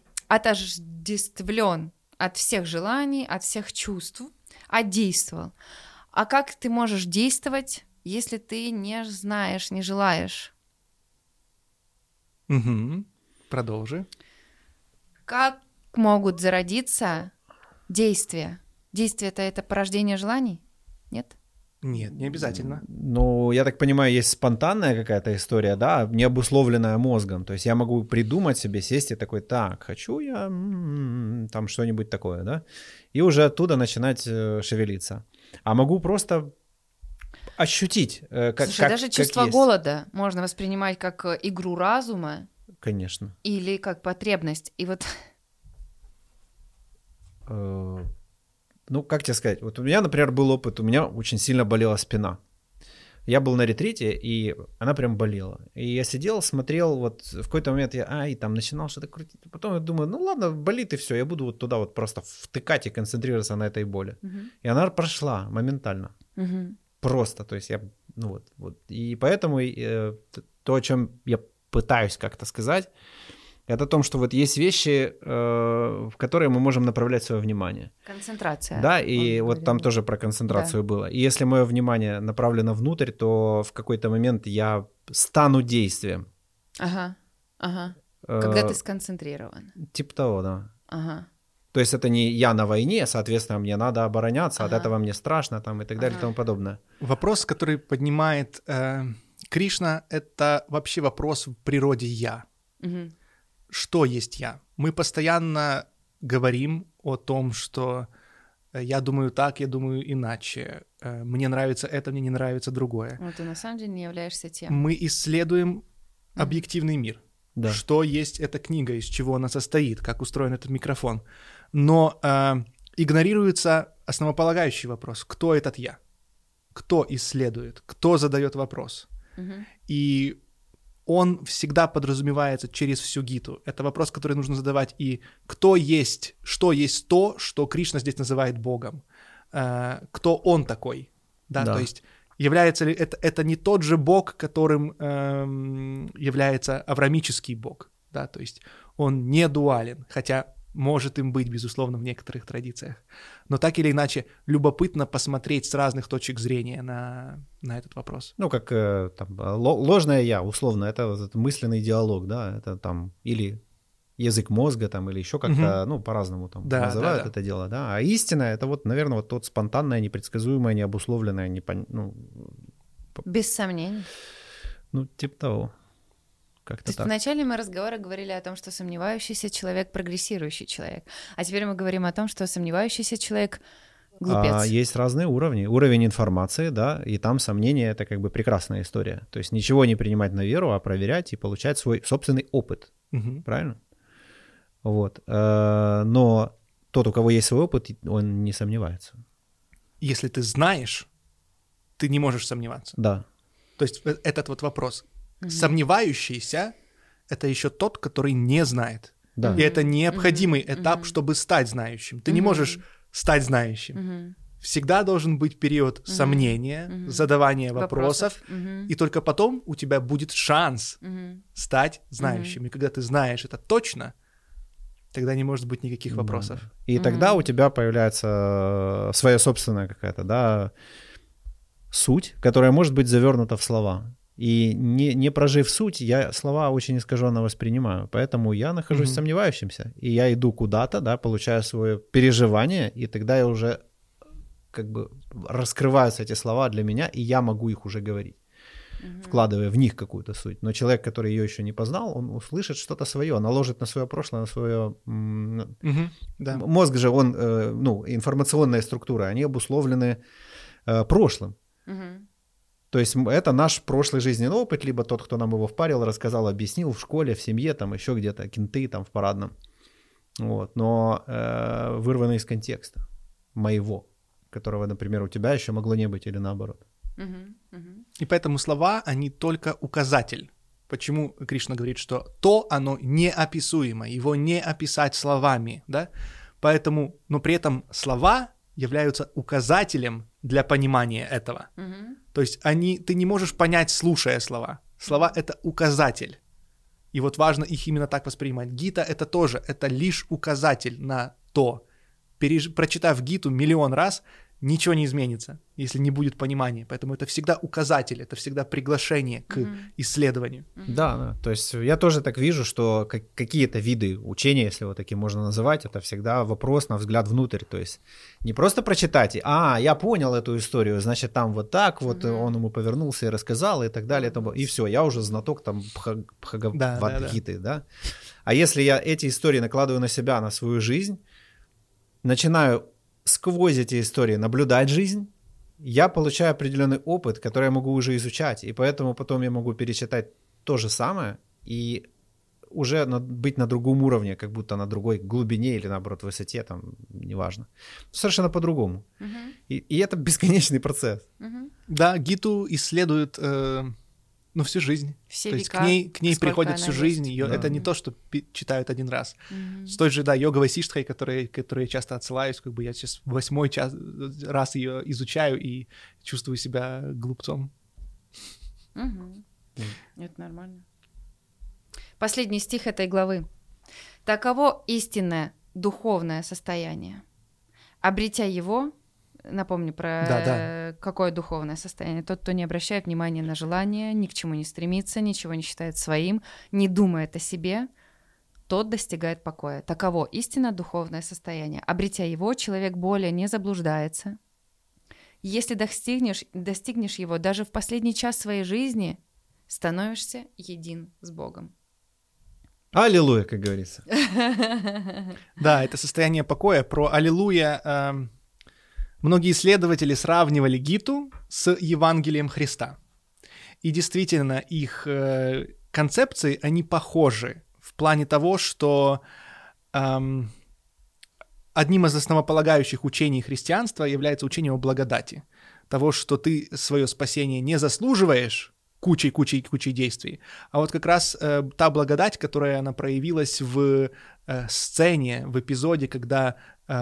отождествлен от всех желаний, от всех чувств, а действовал. А как ты можешь действовать, если ты не знаешь, не желаешь? Мгм. Продолжи. Как могут зародиться действия? Действие-то это порождение желаний? Нет? Нет, не обязательно. Ну, я так понимаю, есть спонтанная какая-то история, да, не обусловленная мозгом. То есть я могу придумать себе, сесть и такой, так, хочу я м-м-м, там что-нибудь такое, да, и уже оттуда начинать э, шевелиться. А могу просто ощутить, э, как, Слушай, как, даже как чувство есть. голода можно воспринимать как э, игру разума. Конечно. Или как потребность. И вот... Э, ну, как тебе сказать, вот у меня, например, был опыт, у меня очень сильно болела спина. Я был на ретрите, и она прям болела. И я сидел, смотрел, вот в какой-то момент я, ай, там начинал что-то крутить. Потом я думаю, ну ладно, болит и все, я буду вот туда вот просто втыкать и концентрироваться на этой боли. Uh-huh. И она прошла моментально. Uh-huh. Просто, то есть я, ну вот, вот. И поэтому э, то, о чем я пытаюсь как-то сказать, это о том, что вот есть вещи, э, в которые мы можем направлять свое внимание. Концентрация. Да, и Он вот говорил. там тоже про концентрацию да. было. И если мое внимание направлено внутрь, то в какой-то момент я стану действием. Ага, ага. Э, Когда ты сконцентрирован. Типа того, да. Ага. То есть это не я на войне, соответственно, мне надо обороняться, ага. от этого мне страшно там, и так далее, ага. и тому подобное. Вопрос, который поднимает э, Кришна, это вообще вопрос в природе «я». Угу. Что есть я? Мы постоянно говорим о том, что я думаю так, я думаю иначе, мне нравится это, мне не нравится другое. Но ты на самом деле не являешься тем. Мы исследуем mm-hmm. объективный мир. Да. Что есть эта книга, из чего она состоит, как устроен этот микрофон. Но э, игнорируется основополагающий вопрос. Кто этот я? Кто исследует? Кто задает вопрос? Mm-hmm. И он всегда подразумевается через всю гиту. Это вопрос, который нужно задавать и кто есть, что есть то, что Кришна здесь называет Богом. Э, кто он такой? Да, да. То есть является ли это, это не тот же Бог, которым э, является авраамический Бог, да, то есть он не дуален, хотя может им быть, безусловно, в некоторых традициях. Но так или иначе, любопытно посмотреть с разных точек зрения на, на этот вопрос. Ну, как э, там, ложное «я», условно, это, это мысленный диалог, да, это там или язык мозга, там, или еще как-то, mm-hmm. ну, по-разному там да, называют да, да. это дело, да. А истина — это вот, наверное, вот тот спонтанное, непредсказуемое, необусловленное, непон... ну... Без сомнений. Ну, типа того. Как-то То есть так. вначале мы разговора говорили о том, что сомневающийся человек — прогрессирующий человек. А теперь мы говорим о том, что сомневающийся человек — глупец. А, есть разные уровни. Уровень информации, да, и там сомнения — это как бы прекрасная история. То есть ничего не принимать на веру, а проверять и получать свой собственный опыт. Угу. Правильно? Вот. Но тот, у кого есть свой опыт, он не сомневается. Если ты знаешь, ты не можешь сомневаться. Да. То есть этот вот вопрос. Mm-hmm. Сомневающийся — это еще тот, который не знает. Да. И это необходимый mm-hmm. этап, чтобы стать знающим. Ты mm-hmm. не можешь стать знающим. Mm-hmm. Всегда должен быть период mm-hmm. сомнения, mm-hmm. задавания вопросов, вопросов mm-hmm. и только потом у тебя будет шанс mm-hmm. стать знающим. Mm-hmm. И когда ты знаешь это точно, тогда не может быть никаких вопросов. Да. И mm-hmm. тогда у тебя появляется своя собственная какая-то, да, суть, которая может быть завернута в слова. И не, не прожив суть, я слова очень искаженно воспринимаю. Поэтому я нахожусь mm-hmm. сомневающимся. И я иду куда-то, да, получаю свое переживание, и тогда я уже как бы раскрываются эти слова для меня, и я могу их уже говорить, mm-hmm. вкладывая в них какую-то суть. Но человек, который ее еще не познал, он услышит что-то свое, наложит на свое прошлое, на свое... Mm-hmm. Да. Мозг же, он, ну, информационная структура, они обусловлены прошлым. Mm-hmm. То есть это наш прошлый жизненный опыт, либо тот, кто нам его впарил, рассказал, объяснил в школе, в семье, там еще где-то, кенты там в парадном. Вот. Но э, вырвано из контекста моего, которого, например, у тебя еще могло не быть или наоборот. Uh-huh, uh-huh. И поэтому слова, они только указатель. Почему Кришна говорит, что то, оно неописуемо, его не описать словами, да? Поэтому, но при этом слова являются указателем для понимания этого. Uh-huh. То есть они, ты не можешь понять, слушая слова. Слова — это указатель. И вот важно их именно так воспринимать. Гита — это тоже, это лишь указатель на то. Переж... Прочитав Гиту миллион раз, ничего не изменится, если не будет понимания. Поэтому это всегда указатель, это всегда приглашение к mm-hmm. исследованию. Mm-hmm. Да, да, то есть я тоже так вижу, что какие-то виды учения, если вот такие можно называть, это всегда вопрос на взгляд внутрь. То есть не просто прочитать, а, я понял эту историю, значит, там вот так, вот mm-hmm. он ему повернулся и рассказал, и так далее, и все, я уже знаток там Бхагавад-гиты, да, да. да? А если я эти истории накладываю на себя, на свою жизнь, начинаю сквозь эти истории наблюдать жизнь, я получаю определенный опыт, который я могу уже изучать, и поэтому потом я могу перечитать то же самое и уже на, быть на другом уровне, как будто на другой глубине или, наоборот, высоте, там, неважно. Совершенно по-другому. Uh-huh. И, и это бесконечный процесс. Uh-huh. Да, Гиту исследуют э, ну, всю жизнь. Все то века, есть к ней, к ней приходят всю жизнь. Ее, да. Это не то, что пи- читают один раз. Uh-huh. С той же, да, йога Васиштхой, которой, которой я часто отсылаюсь, как бы я сейчас восьмой час, раз ее изучаю и чувствую себя глупцом. Uh-huh. Uh-huh. Это нормально. Последний стих этой главы. «Таково истинное духовное состояние. Обретя его...» Напомню про да, да. какое духовное состояние. Тот, кто не обращает внимания на желания, ни к чему не стремится, ничего не считает своим, не думает о себе, тот достигает покоя. Таково истинно духовное состояние. Обретя его, человек более не заблуждается. Если достигнешь, достигнешь его даже в последний час своей жизни, становишься един с Богом. Аллилуйя, как говорится. Да, это состояние покоя. Про аллилуйя многие исследователи сравнивали Гиту с Евангелием Христа. И действительно, их концепции, они похожи в плане того, что эм, одним из основополагающих учений христианства является учение о благодати. Того, что ты свое спасение не заслуживаешь кучей-кучей-кучей действий, а вот как раз э, та благодать, которая она проявилась в э, сцене, в эпизоде, когда э,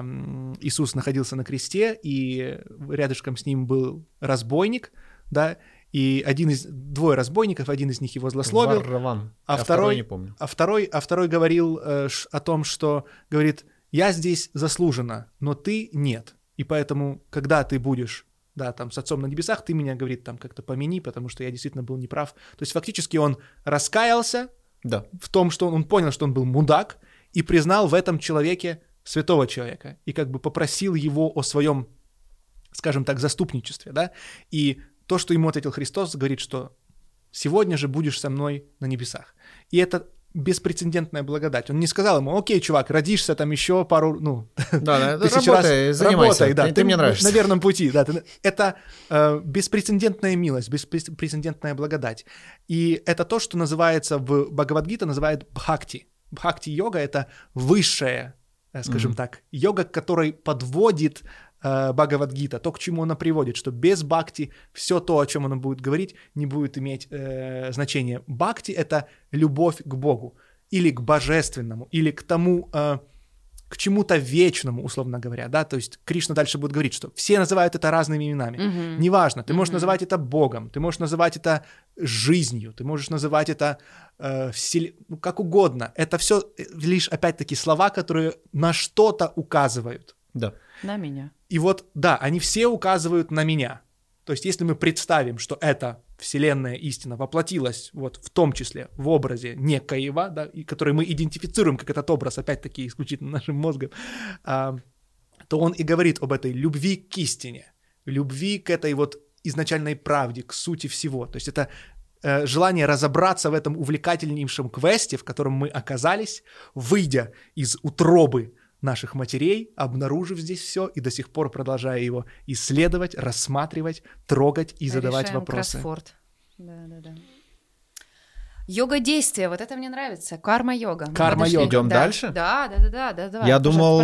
Иисус находился на кресте, и рядышком с ним был разбойник, да, и один из, двое разбойников, один из них его злословил, Варраван. а, а второй, второй не помню. А второй, а второй говорил э, ш, о том, что, говорит, я здесь заслуженно, но ты нет, и поэтому, когда ты будешь да, там, с Отцом на небесах, ты меня, говорит, там, как-то помяни, потому что я действительно был неправ. То есть фактически он раскаялся да. в том, что он, он понял, что он был мудак, и признал в этом человеке святого человека, и как бы попросил его о своем, скажем так, заступничестве, да, и то, что ему ответил Христос, говорит, что сегодня же будешь со мной на небесах. И это беспрецедентная благодать. Он не сказал ему, окей, чувак, родишься там еще пару, ну, да, тысяч работай, раз, занимайся, работай, да, ты, ты мне нравишься. На верном пути, да. Ты, это э, беспрецедентная милость, беспрецедентная благодать. И это то, что называется в Бхагавад-гите, называют бхакти. Бхакти-йога — это высшая, скажем mm-hmm. так, йога, которая подводит э, Бхагавад-гита, то, к чему она приводит, что без бхакти все то, о чем она будет говорить, не будет иметь э, значения. Бхакти — это любовь к Богу, или к божественному, или к тому, э, к чему-то вечному, условно говоря, да, то есть Кришна дальше будет говорить, что все называют это разными именами, mm-hmm. неважно, ты можешь mm-hmm. называть это Богом, ты можешь называть это жизнью, ты можешь называть это э, всел... ну, как угодно, это все лишь, опять-таки, слова, которые на что-то указывают. Да. На меня. И вот, да, они все указывают на меня. То есть если мы представим, что эта вселенная истина воплотилась вот в том числе в образе некоего, да, и который мы идентифицируем как этот образ, опять-таки, исключительно нашим мозгом, а, то он и говорит об этой любви к истине, любви к этой вот изначальной правде, к сути всего. То есть это э, желание разобраться в этом увлекательнейшем квесте, в котором мы оказались, выйдя из утробы наших матерей, обнаружив здесь все и до сих пор продолжая его исследовать, рассматривать, трогать и задавать Решаем вопросы. Кроссфорд. Да, да, да. Йога действия, вот это мне нравится. Карма-йога. Карма-йога. Идем да. дальше? Да, да, да, да, да, давай. Я думал.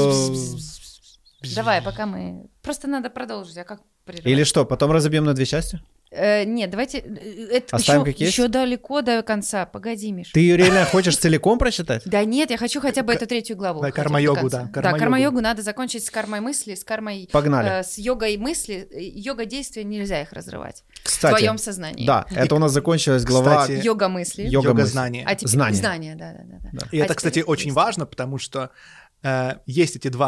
Давай, пока мы. Просто надо продолжить. А как прерывать? Или что, потом разобьем на две части? Э, нет, давайте. Это Оставим еще, как есть? еще далеко до конца. Погоди, Миш. Ты ее реально хочешь целиком прочитать? Да нет, я хочу хотя бы эту третью главу. Да, карма-йогу, да. Да, карма-йогу надо закончить с кармой мысли, с кармой... Погнали. Э, с йогой мысли. Йога действия, нельзя их разрывать. Кстати, в твоем сознании. Да, это у нас закончилась глава... Кстати, йога мысли. Йога, йога мысли. знания. А теперь... Знания. Знания, да, да, да. И а это, кстати, очень есть. важно, потому что э, есть эти два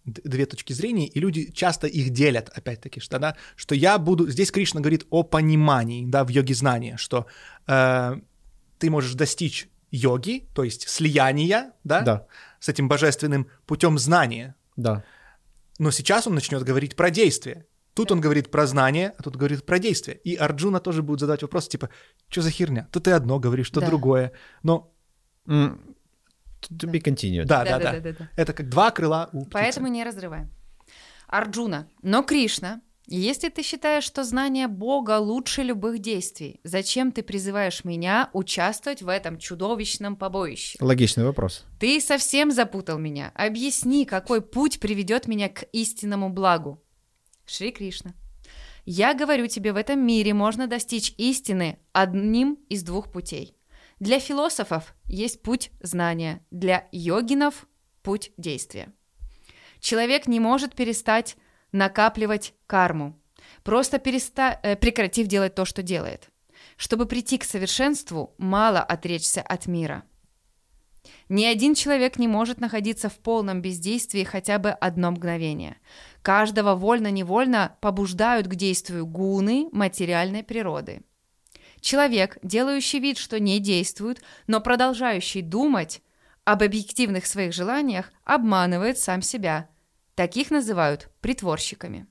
две точки зрения, и люди часто их делят, опять-таки, что, да, что я буду... Здесь Кришна говорит о понимании, да, в йоге знания, что э, ты можешь достичь йоги, то есть слияния, да, Да. с этим божественным путем знания. Да. Но сейчас он начнет говорить про действие. Тут он говорит про знание, а тут говорит про действие. И Арджуна тоже будет задавать вопрос, типа, что за херня? То ты одно говоришь, то Да. другое. Но... Mm. To be continued. Да, да, да, Да-да-да-да. Это как два крыла у птицы. Поэтому не разрываем. Арджуна. Но Кришна, если ты считаешь, что знание Бога лучше любых действий, зачем ты призываешь меня участвовать в этом чудовищном побоище? Логичный вопрос. Ты совсем запутал меня. Объясни, какой путь приведет меня к истинному благу. Шри Кришна. Я говорю тебе, в этом мире можно достичь истины одним из двух путей. Для философов есть путь знания, для йогинов – путь действия. Человек не может перестать накапливать карму, просто переста... э, прекратив делать то, что делает. Чтобы прийти к совершенству, мало отречься от мира. Ни один человек не может находиться в полном бездействии хотя бы одно мгновение. Каждого вольно-невольно побуждают к действию гуны материальной природы. Человек, делающий вид, что не действует, но продолжающий думать об объективных своих желаниях, обманывает сам себя. Таких называют притворщиками.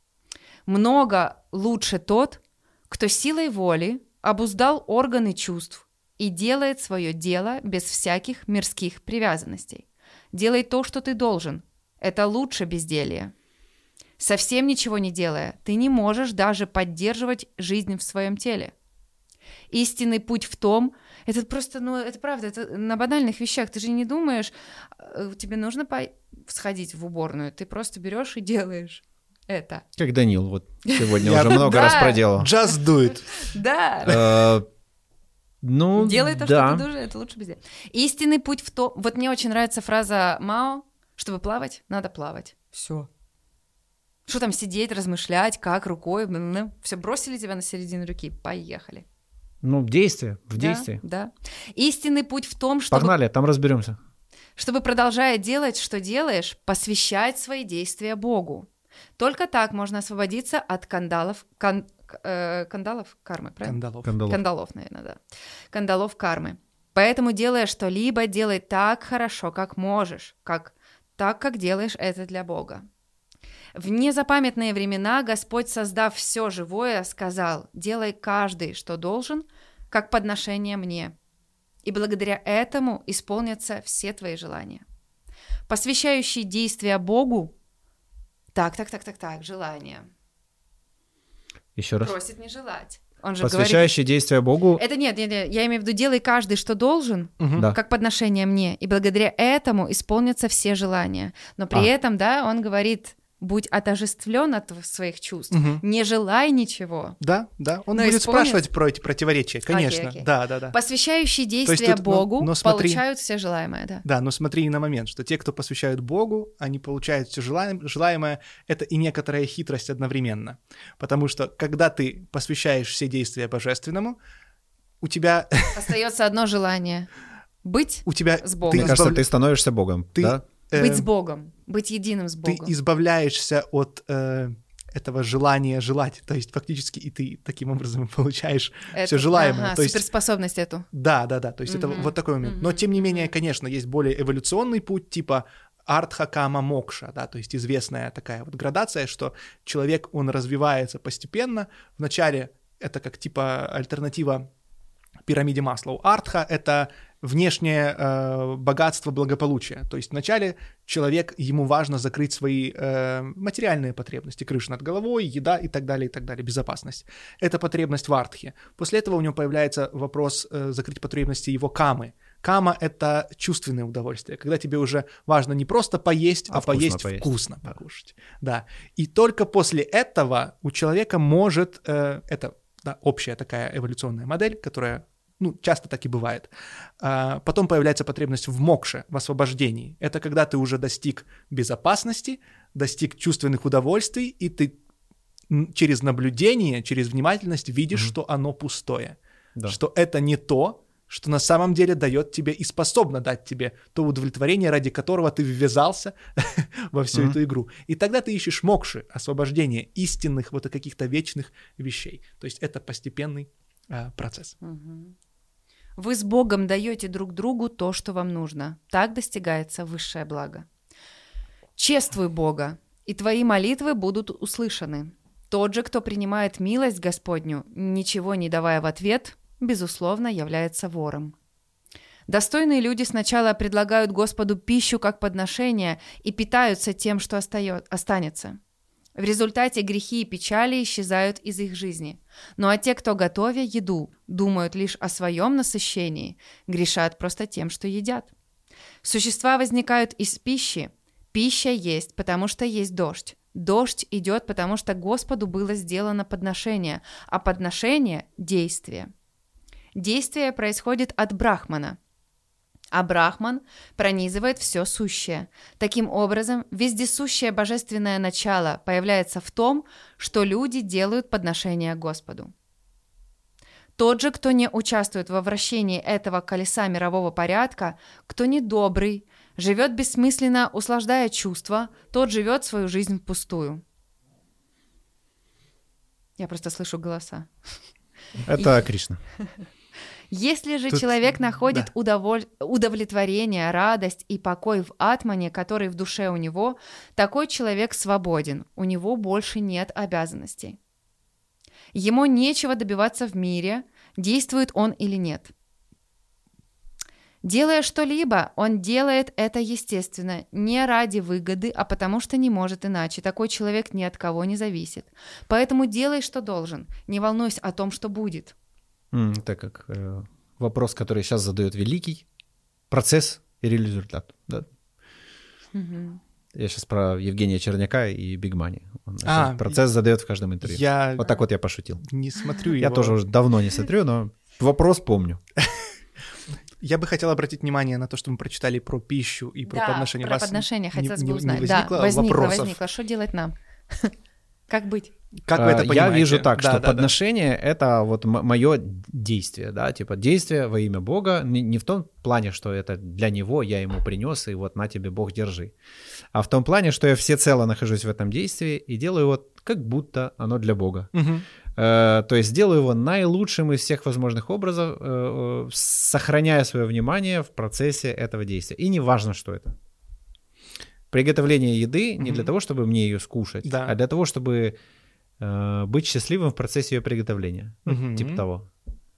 Много лучше тот, кто силой воли обуздал органы чувств и делает свое дело без всяких мирских привязанностей. Делай то, что ты должен. Это лучше безделья. Совсем ничего не делая, ты не можешь даже поддерживать жизнь в своем теле. Истинный путь в том, это просто, ну, это правда, это на банальных вещах. Ты же не думаешь, тебе нужно по... сходить в уборную, ты просто берешь и делаешь это. Как Данил вот сегодня уже много раз проделал. Just do it. Да. Ну, делай то, да. что ты должен, это лучше без дела. Истинный путь в то... Вот мне очень нравится фраза Мао, чтобы плавать, надо плавать. Все. Что там сидеть, размышлять, как, рукой, все, бросили тебя на середину реки, поехали. Ну, действие, в Да, действии. Да. Истинный путь в том, чтобы... Погнали, там разберемся. Чтобы, продолжая делать, что делаешь, посвящать свои действия Богу. Только так можно освободиться от кандалов, кан, э, кандалов кармы, правильно? Кандалов. Кандалов. Кандалов, наверное, да. Кандалов кармы. Поэтому, делая что-либо, делай так хорошо, как можешь, как, так, как делаешь это для Бога. В незапамятные времена Господь, создав все живое, сказал: «Делай каждый, что должен, как подношение мне, и благодаря этому исполнятся все твои желания». Посвящающий действия Богу, так, так, так, так, так, желание. Еще раз. Просит не желать. Он же Посвящающий говорит... действия Богу. Это нет, нет, нет, я имею в виду, делай каждый, что должен, Мгм. Да. как подношение мне, и благодаря этому исполнятся все желания. Но при А. этом, да, он говорит: будь отождествлен от своих чувств, Мгм. не желай ничего. Да, да. Он Но будет исполнит? спрашивать про эти противоречия, конечно. окей. Да, да, да. Посвящающие действия тут, ну, Богу но смотри- получают все желаемое, да. Да, но смотри на момент, что те, кто посвящают Богу, они получают все желаемое, это и некоторая хитрость одновременно. Потому что, когда ты посвящаешь все действия Божественному, у тебя... Остается одно желание — быть, у тебя С Богом. ты Мне кажется, избавля- ты становишься Богом, ты, да? э, быть с Богом, быть единым с ты Богом. избавляешься от э, этого желания желать. То есть фактически и ты таким образом получаешь Это- все желаемое. Ага, То есть, суперспособность эту. да, да, да. То есть это Мгм. вот такой момент. Но Мгм. тем не менее, конечно, есть более эволюционный путь, типа артха, кама, мокша, да, то есть известная такая вот градация, что человек, он развивается постепенно. Вначале это как типа альтернатива пирамиде Маслоу. Артха — это внешнее э, богатство, благополучие. То есть вначале человек, ему важно закрыть свои э, материальные потребности, крыша над головой, еда и так далее, и так далее, безопасность. Это потребность в артхе. После этого у него появляется вопрос э, закрыть потребности его камы. Кама — это чувственное удовольствие, когда тебе уже важно не просто поесть, а, А вкусно поесть, поесть. вкусно покушать. Да. И только после этого у человека может... Э, это да, общая такая эволюционная модель, которая, ну, часто так и бывает. А, потом появляется потребность в мокше, в освобождении. Это когда ты уже достиг безопасности, достиг чувственных удовольствий, и ты м, через наблюдение, через внимательность видишь, Мгм. что оно пустое, Да. что это не то, что на самом деле дает тебе и способно дать тебе то удовлетворение, ради которого ты ввязался во всю mm-hmm. эту игру. И тогда ты ищешь мокши, освобождение истинных вот каких-то вечных вещей. То есть это постепенный э, процесс. Mm-hmm. Вы с Богом даете друг другу то, что вам нужно. Так достигается высшее благо. Чествуй Бога, и твои молитвы будут услышаны. Тот же, кто принимает милость Господню, ничего не давая в ответ, безусловно, является вором. Достойные люди сначала предлагают Господу пищу как подношение и питаются тем, что остаёт, останется. В результате грехи и печали исчезают из их жизни. Ну а те, кто, готовя еду, думают лишь о своем насыщении, грешат просто тем, что едят. Существа возникают из пищи. Пища есть, потому что есть дождь. Дождь идет, потому что Господу было сделано подношение, а подношение – действие. Действие происходит от Брахмана, а Брахман пронизывает все сущее. Таким образом, вездесущее божественное начало появляется в том, что люди делают подношение Господу. Тот же, кто не участвует во вращении этого колеса мирового порядка, кто недобрый, живет бессмысленно, услаждая чувства, тот живет свою жизнь впустую. Я просто слышу голоса. Это Кришна. Если же Тут... человек находит да. удоволь... удовлетворение, радость и покой в атмане, который в душе у него, такой человек свободен, у него больше нет обязанностей. Ему нечего добиваться в мире, действует он или нет. Делая что-либо, он делает это естественно, не ради выгоды, а потому что не может иначе. Такой человек ни от кого не зависит. Поэтому делай, что должен, не волнуйся о том, что будет. Mm, так как э, вопрос, который сейчас задает Великий, процесс или результат. Да? Mm-hmm. Я сейчас про Евгения Черняка и Big Money. Он а, процесс задает в каждом интервью. Я... Вот так вот я пошутил. Не смотрю его. Я тоже уже давно не смотрю, но вопрос помню. Я бы хотел обратить внимание на то, что мы прочитали про пищу и про да, подношение. про Вас подношение хотелось не, бы узнать. Не да, возникло, вопросов? возникло. Что делать нам? Как быть? Как вы это понимаете? Я вижу так, да, что да, подношение да. — это вот мое действие, да, типа действие во имя Бога, не, не в том плане, что это для Него, я Ему принес, и вот на тебе, Бог, держи, а в том плане, что я всецело нахожусь в этом действии и делаю вот как будто оно для Бога. Угу. Э, то есть делаю его наилучшим из всех возможных образов, э, сохраняя свое внимание в процессе этого действия. И не важно, что это. Приготовление еды не mm-hmm. для того, чтобы мне ее скушать, да. а для того, чтобы э, быть счастливым в процессе ее приготовления. Mm-hmm. Типа того.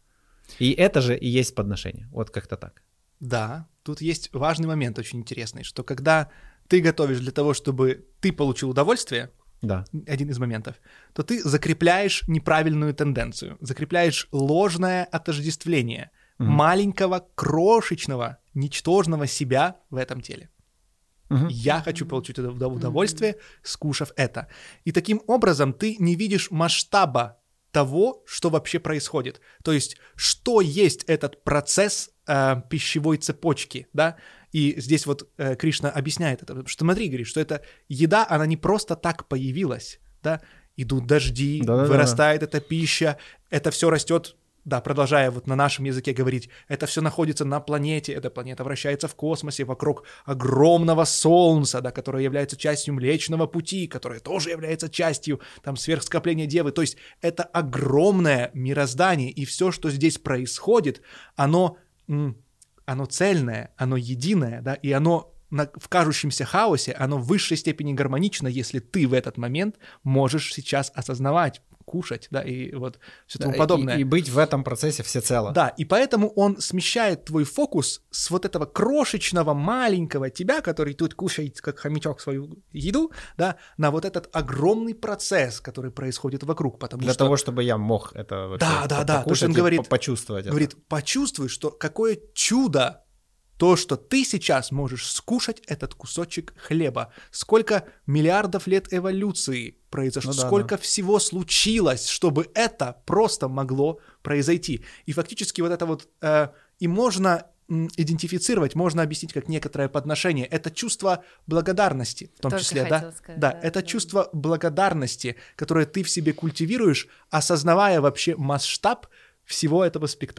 И это же и есть подношение. Вот как-то так. Да, тут есть важный момент очень интересный, что когда ты готовишь для того, чтобы ты получил удовольствие, да. один из моментов, то ты закрепляешь неправильную тенденцию, закрепляешь ложное отождествление mm-hmm. маленького, крошечного, ничтожного себя в этом теле. Uh-huh. Я хочу получить это удовольствие, uh-huh. скушав это. И таким образом ты не видишь масштаба того, что вообще происходит. То есть, что есть этот процесс э, пищевой цепочки, да? И здесь вот э, Кришна объясняет это, что смотри, говорит, что эта еда, она не просто так появилась, да? Идут дожди, Да-да-да. вырастает эта пища, это все растет. Да, продолжая вот на нашем языке говорить, это все находится на планете, эта планета вращается в космосе вокруг огромного Солнца, да, которое является частью Млечного Пути, которое тоже является частью там сверхскопления Девы. То есть это огромное мироздание, и все, что здесь происходит, оно, оно цельное, оно единое, да, и оно на, в кажущемся хаосе, оно в высшей степени гармонично, если ты в этот момент можешь сейчас осознавать, кушать, да, и вот все тому да, подобное. И, и быть в этом процессе всецело. Да, и поэтому он смещает твой фокус с вот этого крошечного, маленького тебя, который тут кушает, как хомячок, свою еду, да, на вот этот огромный процесс, который происходит вокруг, потому Для что... того, чтобы я мог это вообще да, да, да, покушать, то есть он говорит, почувствовать это. Говорит, почувствуй, что какое чудо то, что ты сейчас можешь скушать этот кусочек хлеба. Сколько миллиардов лет эволюции произошло, ну, да, сколько да. всего случилось, чтобы это просто могло произойти. И фактически вот это вот э, и можно м, идентифицировать, можно объяснить как некоторое подношение. Это чувство благодарности, в том Только числе, да? Сказать, да? Да, это да. чувство благодарности, которое ты в себе культивируешь, осознавая вообще масштаб всего этого спектакля.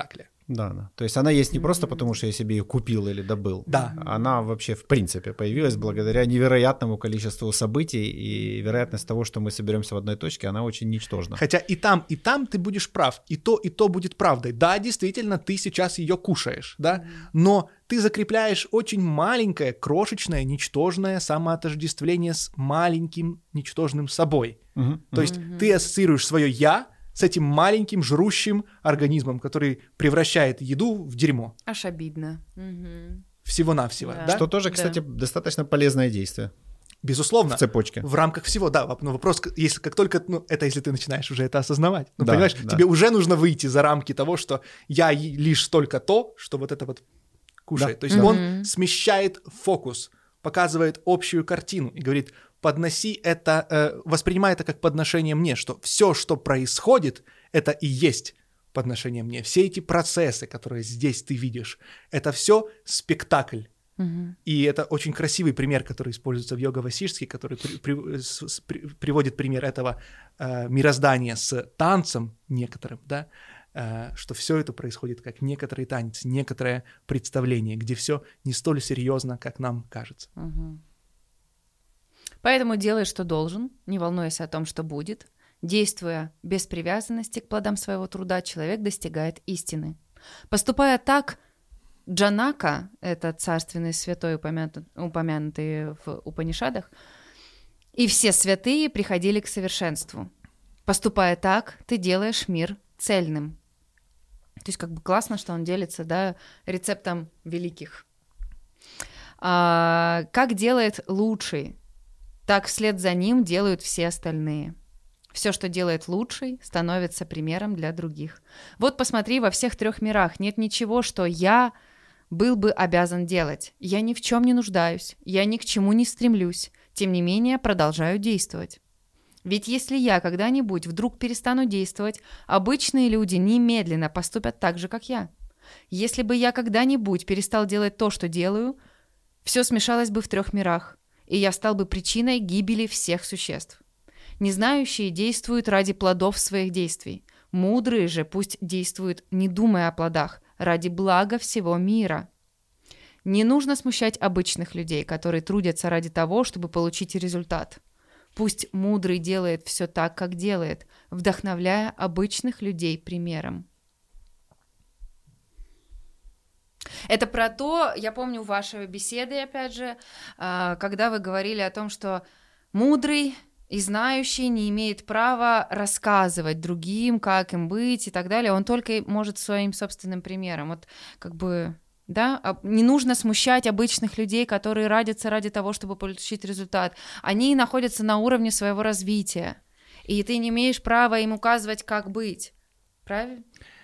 Да, да. То есть она есть не просто потому, что я себе ее купил или добыл. Да. Она вообще в принципе появилась благодаря невероятному количеству событий, и вероятность того, что мы соберемся в одной точке, она очень ничтожна. Хотя и там, и там ты будешь прав, и то, и то будет правдой. Да, действительно, ты сейчас ее кушаешь, да, но ты закрепляешь очень маленькое, крошечное, ничтожное самоотождествление с маленьким, ничтожным собой. Угу. То есть ты ассоциируешь свое «я» с этим маленьким жрущим организмом, который превращает еду в дерьмо. Аж обидно. Угу. Всего-навсего. Да. Да? Что тоже, кстати, да. достаточно полезное действие. Безусловно. В цепочке. В рамках всего, да. Но вопрос, если как только, ну, это если ты начинаешь уже это осознавать. Ну, да, понимаешь, да. тебе уже нужно выйти за рамки того, что я лишь только то, что вот это вот кушает. Да. То есть да. он смещает фокус, показывает общую картину и говорит: подноси это, э, воспринимай это как подношение мне, что все, что происходит, это и есть подношение мне. Все эти процессы, которые здесь ты видишь, это все спектакль. Uh-huh. И это очень красивый пример, который используется в йога-васиштхе, который при, при, с, при, приводит пример этого э, мироздания с танцем некоторым, да, э, что все это происходит как некоторый танец, некоторое представление, где все не столь серьезно, как нам кажется. Uh-huh. Поэтому делай, что должен, не волнуясь о том, что будет. Действуя без привязанности к плодам своего труда, человек достигает истины. Поступая так, Джанака, это царственный святой, упомянутый, упомянутый в Упанишадах, и все святые приходили к совершенству. Поступая так, ты делаешь мир цельным. То есть как бы классно, что он делится, да, рецептом великих. А, как делает лучший, так вслед за ним делают все остальные. Все, что делает лучший, становится примером для других. Вот посмотри, во всех трех мирах нет ничего, что я был бы обязан делать. Я ни в чем не нуждаюсь, я ни к чему не стремлюсь, тем не менее продолжаю действовать. Ведь если я когда-нибудь вдруг перестану действовать, обычные люди немедленно поступят так же, как я. Если бы я когда-нибудь перестал делать то, что делаю, все смешалось бы в трех мирах, и я стал бы причиной гибели всех существ. Незнающие действуют ради плодов своих действий. Мудрые же пусть действуют, не думая о плодах, ради блага всего мира. Не нужно смущать обычных людей, которые трудятся ради того, чтобы получить результат. Пусть мудрый делает все так, как делает, вдохновляя обычных людей примером. Это про то, я помню ваши беседы, опять же, когда вы говорили о том, что мудрый и знающий не имеет права рассказывать другим, как им быть и так далее. Он только может своим собственным примером. Вот как бы, да, не нужно смущать обычных людей, которые радятся ради того, чтобы получить результат. Они находятся на уровне своего развития, и ты не имеешь права им указывать, как быть. Правильно?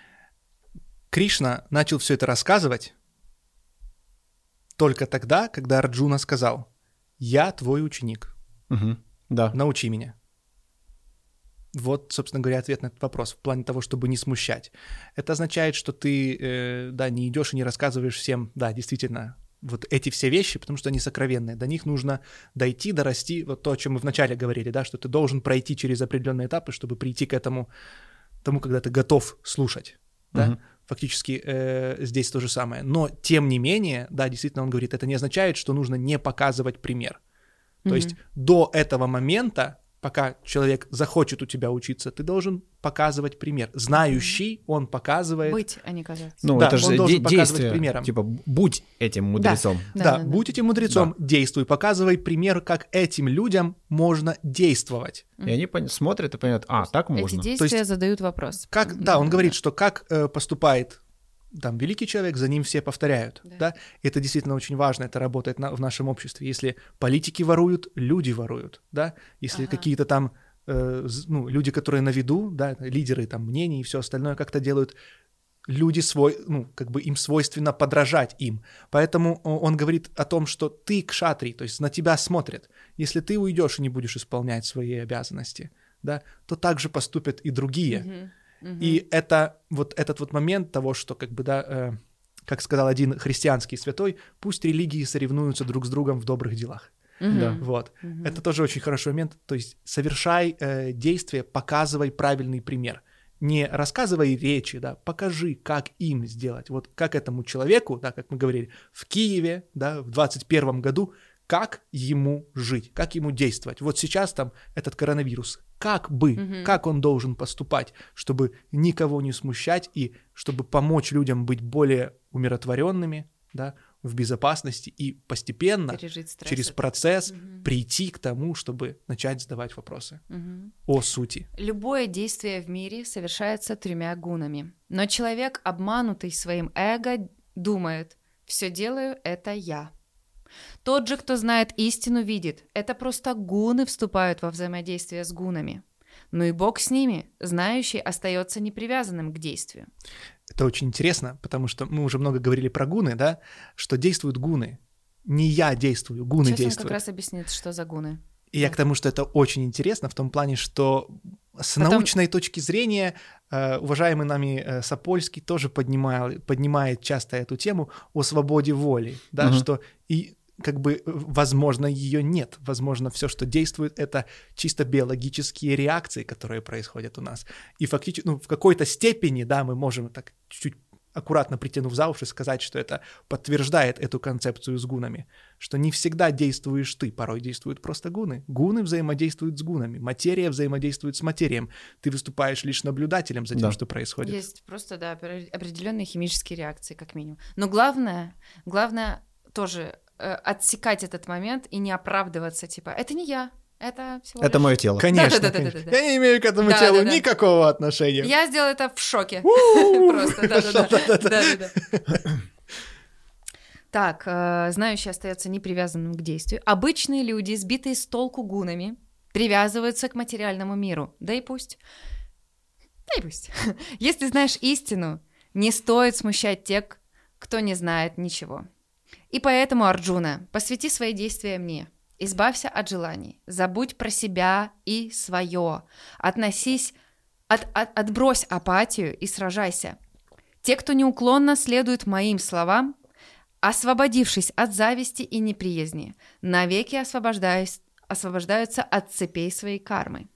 Кришна начал все это рассказывать только тогда, когда Арджуна сказал: «Я твой ученик». Угу. Да. Научи меня. Вот, собственно говоря, ответ на этот вопрос в плане того, чтобы не смущать. Это означает, что ты, э, да, не идешь и не рассказываешь всем, да, действительно, вот эти все вещи, потому что они сокровенные. До них нужно дойти, дорасти, вот то, о чем мы вначале говорили, да, что ты должен пройти через определенные этапы, чтобы прийти к этому, тому, когда ты готов слушать, да. Uh-huh. Фактически э, здесь то же самое. Но, тем не менее, да, действительно, он говорит, это не означает, что нужно не показывать пример. То mm-hmm. есть до этого момента, пока человек захочет у тебя учиться, ты должен показывать пример. Знающий, он показывает... Быть, а не казаться. Ну, да, это же он должен де- показывать действие, примером. Типа, будь этим мудрецом. Да, да, да, да, будь да. этим мудрецом, Да. действуй, показывай пример, как этим людям можно действовать. И они пон- смотрят и понимают, а, так можно. Эти действия есть, задают вопрос. Как, да, он говорит, что как э, поступает там великий человек, за ним все повторяют. Да. Да? И это действительно очень важно, это работает на, в нашем обществе. Если политики воруют, люди воруют. Да? Если ага. какие-то там э, ну, люди, которые на виду, да, лидеры там, мнений и все остальное как-то делают, люди свой, ну, как бы им свойственно подражать им. Поэтому он говорит о том, что ты кшатрий, то есть на тебя смотрят. Если ты уйдешь и не будешь исполнять свои обязанности, да, то так же поступят и другие. Угу. И это вот этот вот момент того, что, как бы, да, э, как сказал один христианский святой, пусть религии соревнуются друг с другом в добрых делах. Mm-hmm. Да, вот. Mm-hmm. Это тоже очень хороший момент. То есть совершай э, действие, показывай правильный пример. не рассказывай речи, да, покажи, как им сделать. Вот как этому человеку, да, как мы говорили, в Киеве, да, в двадцать первом году, как ему жить, как ему действовать. Вот сейчас там этот коронавирус, как бы, mm-hmm. как он должен поступать, чтобы никого не смущать и чтобы помочь людям быть более умиротворенными, да, в безопасности и постепенно через процесс mm-hmm. прийти к тому, чтобы начать задавать вопросы mm-hmm. о сути. Любое действие в мире совершается тремя гунами, но человек, обманутый своим эго, думает: «Все делаю это я». Тот же, кто знает истину, видит, это просто гуны вступают во взаимодействие с гунами. Ну и бог с ними, знающий остается непривязанным к действию. Это очень интересно, потому что мы уже много говорили про гуны, да, что действуют гуны. Не я действую, гуны Сейчас действуют. Сейчас он как раз объяснит, что за гуны. И я к тому, что это очень интересно в том плане, что с Потом... научной точки зрения э, уважаемый нами э, Сапольский тоже поднимал, поднимает часто эту тему о свободе воли, да, угу. что и как бы, возможно, ее нет. Возможно, все, что действует, это чисто биологические реакции, которые происходят у нас. И фактически, ну, в какой-то степени, да, мы можем так чуть-чуть аккуратно притянув за уши, сказать, что это подтверждает эту концепцию с гунами, что не всегда действуешь ты, порой действуют просто гуны. Гуны взаимодействуют с гунами, материя взаимодействует с материем. Ты выступаешь лишь наблюдателем за тем, да. что происходит. Есть просто, да, определенные химические реакции, как минимум. Но главное, главное тоже отсекать этот момент и не оправдываться, типа, это не я, это всего Это лишь... мое тело. Конечно, да, да, конечно. Да, да, да, я не имею к этому да, телу да, да. никакого отношения. Я сделала это в шоке. Просто, да-да-да. Так, знающий остается непривязанным к действию. Обычные люди, сбитые с толку гунами, привязываются к материальному миру. Да и пусть. Да и пусть. Если знаешь истину, не стоит смущать тех, кто не знает ничего. И поэтому, Арджуна, посвяти свои действия мне. Избавься от желаний. Забудь про себя и свое. Относись, от, от, отбрось апатию и сражайся. Те, кто неуклонно следует моим словам, освободившись от зависти и неприязни, навеки освобождаются от цепей своей кармы.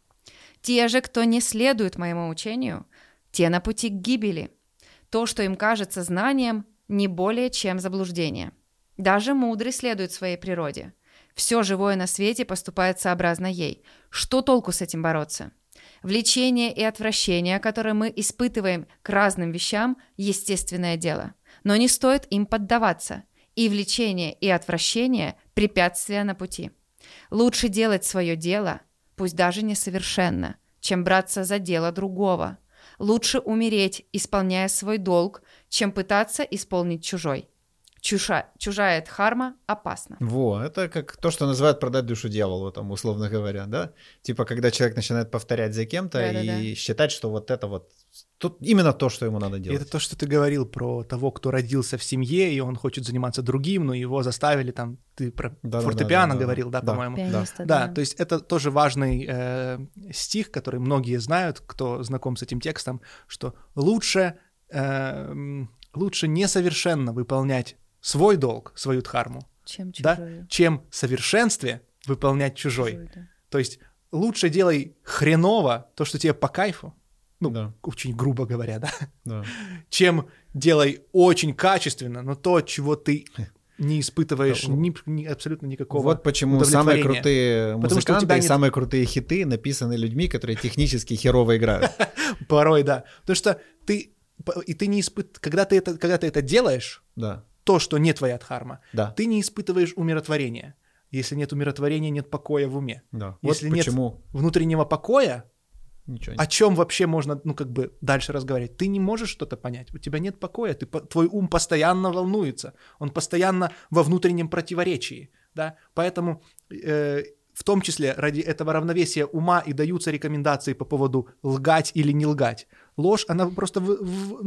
Те же, кто не следует моему учению, те на пути к гибели. То, что им кажется знанием, не более чем заблуждение. Даже мудрый следует своей природе. Все живое на свете поступает сообразно ей. Что толку с этим бороться? Влечение и отвращение, которое мы испытываем к разным вещам, естественное дело. Но не стоит им поддаваться. И влечение, и отвращение – препятствия на пути. Лучше делать свое дело, пусть даже несовершенно, чем браться за дело другого. Лучше умереть, исполняя свой долг, чем пытаться исполнить чужой. Чужа, чужая дхарма опасна. Во, это как то, что называют продать душу дьяволу, там, условно говоря, да? Типа, когда человек начинает повторять за кем-то да, и да, да. считать, что вот это вот тут именно то, что ему надо делать. И это то, что ты говорил про того, кто родился в семье, и он хочет заниматься другим, но его заставили там, ты про да, фортепиано да, да, говорил, да, да, да по-моему? Пианиста, да. да. да, то есть это тоже важный э, стих, который многие знают, кто знаком с этим текстом, что лучше, э, лучше несовершенно выполнять свой долг, свою дхарму, чем, да, чем в совершенстве выполнять чужой. чужой да. То есть лучше делай хреново то, что тебе по кайфу, ну, да. очень грубо говоря, да? да, чем делай очень качественно, но то, чего ты не испытываешь да. ни, ни, абсолютно никакого Вот почему самые крутые музыканты и нет... самые крутые хиты написаны людьми, которые технически херово играют. Порой, да. Потому что ты, и ты не испыт... когда, ты это, когда ты это делаешь, да. то, что не твоя дхарма, да. ты не испытываешь умиротворения. Если нет умиротворения, нет покоя в уме. Да. Если вот нет почему. внутреннего покоя, Ничего о чем вообще можно, ну, как бы дальше разговаривать? Ты не можешь что-то понять, у тебя нет покоя, ты, твой ум постоянно волнуется, он постоянно во внутреннем противоречии, да, поэтому э, в том числе ради этого равновесия ума и даются рекомендации по поводу лгать или не лгать. Ложь, она просто... В, в,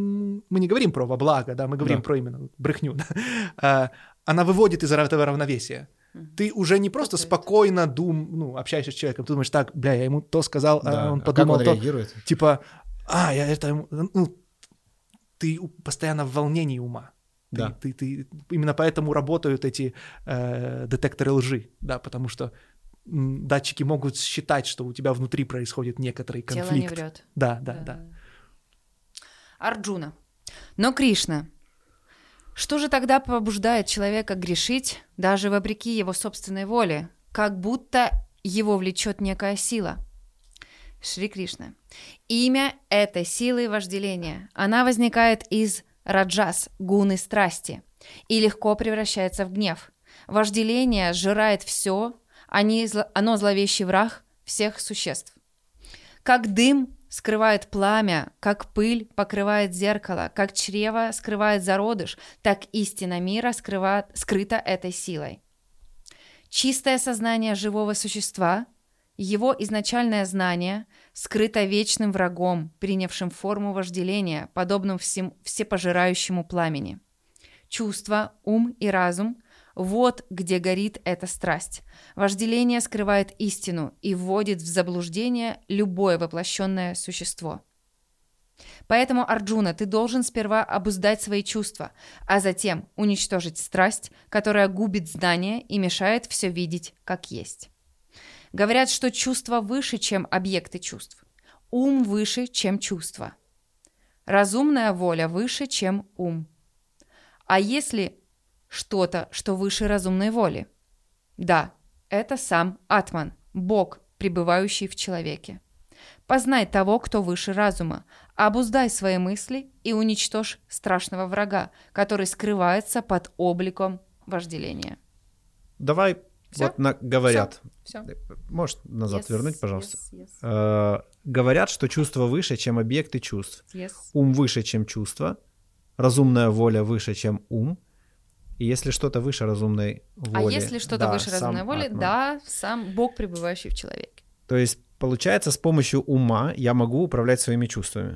мы не говорим про во благо, да, мы говорим да. про именно брехню, да, она выводит из этого равновесия. Ты уже не просто спокойно дум, ну, общаешься с человеком, ты думаешь, так, бля, я ему то сказал, да. а он подумал, а как он то, реагирует? Типа, а, я это, ну, ты постоянно в волнении ума. Да. Ты, ты, ты, именно поэтому работают эти э, детекторы лжи, да, потому что датчики могут считать, что у тебя внутри происходит некоторый конфликт. Тело не врет. Да, да, да. да. Арджуна. Но Кришна, что же тогда побуждает человека грешить, даже вопреки его собственной воле, как будто его влечет некая сила? Шри Кришна. Имя этой силы вожделения. Она возникает из раджас, гуны страсти, и легко превращается в гнев. Вожделение сжирает все, оно зловещий враг всех существ. Как дым скрывает пламя, как пыль покрывает зеркало, как чрево скрывает зародыш, так истина мира скрывает, скрыта этой силой. Чистое сознание живого существа, его изначальное знание, скрыто вечным врагом, принявшим форму вожделения, подобным всем, всепожирающему пламени. Чувство, ум и разум – вот где горит эта страсть. Вожделение скрывает истину и вводит в заблуждение любое воплощенное существо. Поэтому, Арджуна, ты должен сперва обуздать свои чувства, а затем уничтожить страсть, которая губит знания и мешает все видеть как есть. Говорят, что чувства выше, чем объекты чувств. Ум выше, чем чувства. Разумная воля выше, чем ум. А если что-то, что выше разумной воли? Да, это сам Атман, Бог, пребывающий в человеке. Познай того, кто выше разума, обуздай свои мысли и уничтожь страшного врага, который скрывается под обликом вожделения. Давай Всё? вот на, говорят. Всё. Можешь назад Yes, вернуть, пожалуйста? yes, yes. Э, говорят, что чувства выше, чем объекты чувств. Yes. Ум выше, чем чувства. Разумная воля выше, чем ум. И если что-то выше разумной воли... А если что-то да, выше разумной воли, Атман. да, сам Бог, пребывающий в человеке. То есть, получается, с помощью ума я могу управлять своими чувствами.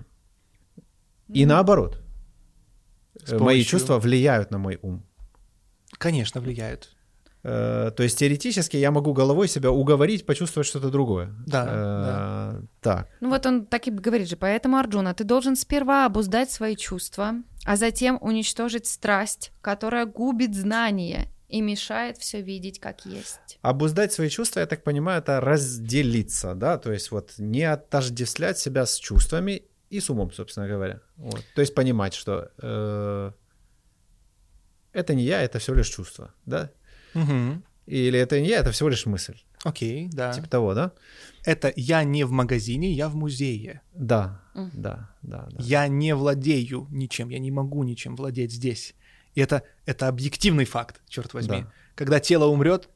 И Mm. наоборот. С Мои помощью- чувства влияют на мой ум. Конечно, влияют. Э, То есть, теоретически я могу головой себя уговорить, почувствовать что-то другое. Да, Э, да. Так. Ну вот он так и говорит же, поэтому, Арджуна, ты должен сперва обуздать свои чувства, а затем уничтожить страсть, которая губит знания и мешает все видеть как есть. Обуздать свои чувства, я так понимаю, это разделиться, да, то есть вот не отождествлять себя с чувствами и с умом, собственно говоря. Вот. То есть понимать, что э, это не я, это всего лишь чувство, да, Мгм. или это не я, это всего лишь мысль, Окей, да. типа того, да? Это я не в магазине, я в музее. Да, Мгм. да, да, да. Я не владею ничем, я не могу ничем владеть здесь. И это, это объективный факт, черт возьми. Да. Когда тело умрет,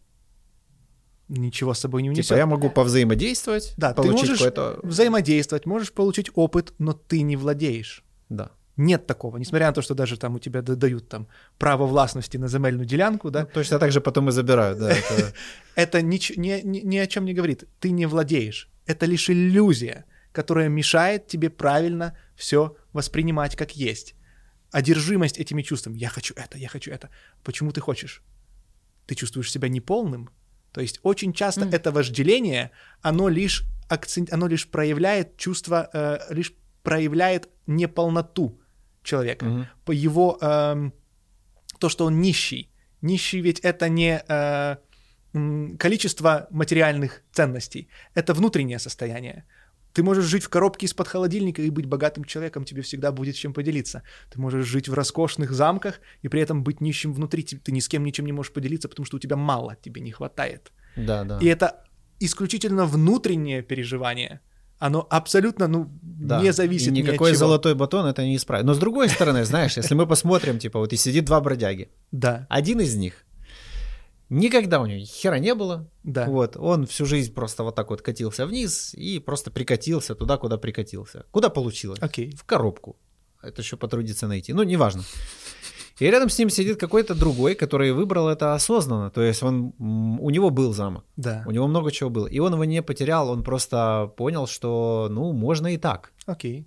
ничего с собой не унесет. Типа я могу повзаимодействовать, Да, ты получить можешь какое-то... взаимодействовать, можешь получить опыт, но ты не владеешь. Да. Нет такого, несмотря на то, что даже там у тебя дают там право властности на земельную делянку, да, Ну, точно так же потом и забирают, да. это- это нич- ни, ни, ни о чем не говорит. Ты не владеешь. Это лишь иллюзия, которая мешает тебе правильно все воспринимать как есть. Одержимость этими чувствами. Я хочу это, я хочу это. Почему ты хочешь? Ты чувствуешь себя неполным? То есть очень часто Mm. это вожделение, оно лишь, акцент, оно лишь проявляет чувство, э, лишь проявляет неполноту человека. Мгм. По его... эм, то, что он нищий. Нищий ведь это не э, м, количество материальных ценностей, это внутреннее состояние. Ты можешь жить в коробке из-под холодильника и быть богатым человеком, тебе всегда будет чем поделиться. Ты можешь жить в роскошных замках и при этом быть нищим внутри. Ты ты ни с кем ничем не можешь поделиться, потому что у тебя мало, тебе не хватает. Да, да. И это исключительно внутреннее переживание. Оно абсолютно, ну, Да. не зависит И ни от никакой чего. золотой батон это не исправит. Но с другой стороны, знаешь, если мы посмотрим, типа, вот и сидит два бродяги. Да, Один из них никогда у него хера не было. да. Вот, он всю жизнь просто вот так вот катился вниз и просто прикатился туда, куда прикатился. Куда получилось? Окей. В коробку. Это еще потрудиться найти. Ну, неважно. И рядом с ним сидит какой-то другой, который выбрал это осознанно. То есть он, м, у него был замок, Да, у него много чего было. И он его не потерял, он просто понял, что, ну, можно и так. окей.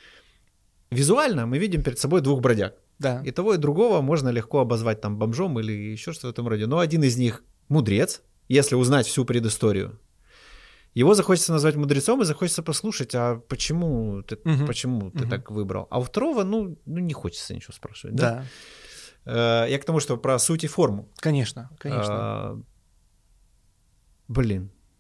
Визуально мы видим перед собой двух бродяг. Да, И того, и другого можно легко обозвать там бомжом или еще что-то в этом роде. Но один из них мудрец, если узнать всю предысторию. Его захочется назвать мудрецом и захочется послушать, а почему ты, Мгм. почему ты Мгм. так выбрал. А у второго, ну, ну, не хочется ничего спрашивать. Да? да, Э, Я к тому, что про суть и форму. конечно, конечно. А, Блин,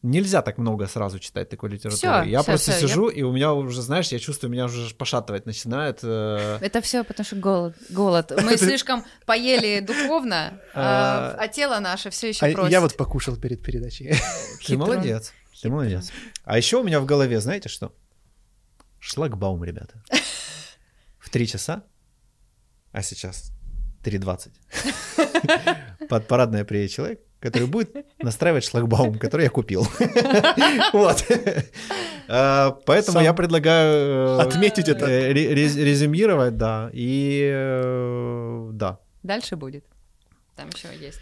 нельзя так много сразу читать такой литературы. Всё, я всё, просто всё, сижу, я... и у меня уже, знаешь, я чувствую, меня уже пошатывать начинает. Э... Это все потому что голод. голод. Мы слишком поели духовно, а, а тело наше все еще просит. Я вот покушал перед передачей. Ты молодец, ты молодец. А еще у меня в голове, знаете что? Шлагбаум, ребята. В три часа, а сейчас три двадцать, под парадное приедет человек, который будет настраивать шлагбаум, который я купил. Вот. Поэтому я предлагаю отметить это, резюмировать, да, и да. Дальше будет. Там еще есть.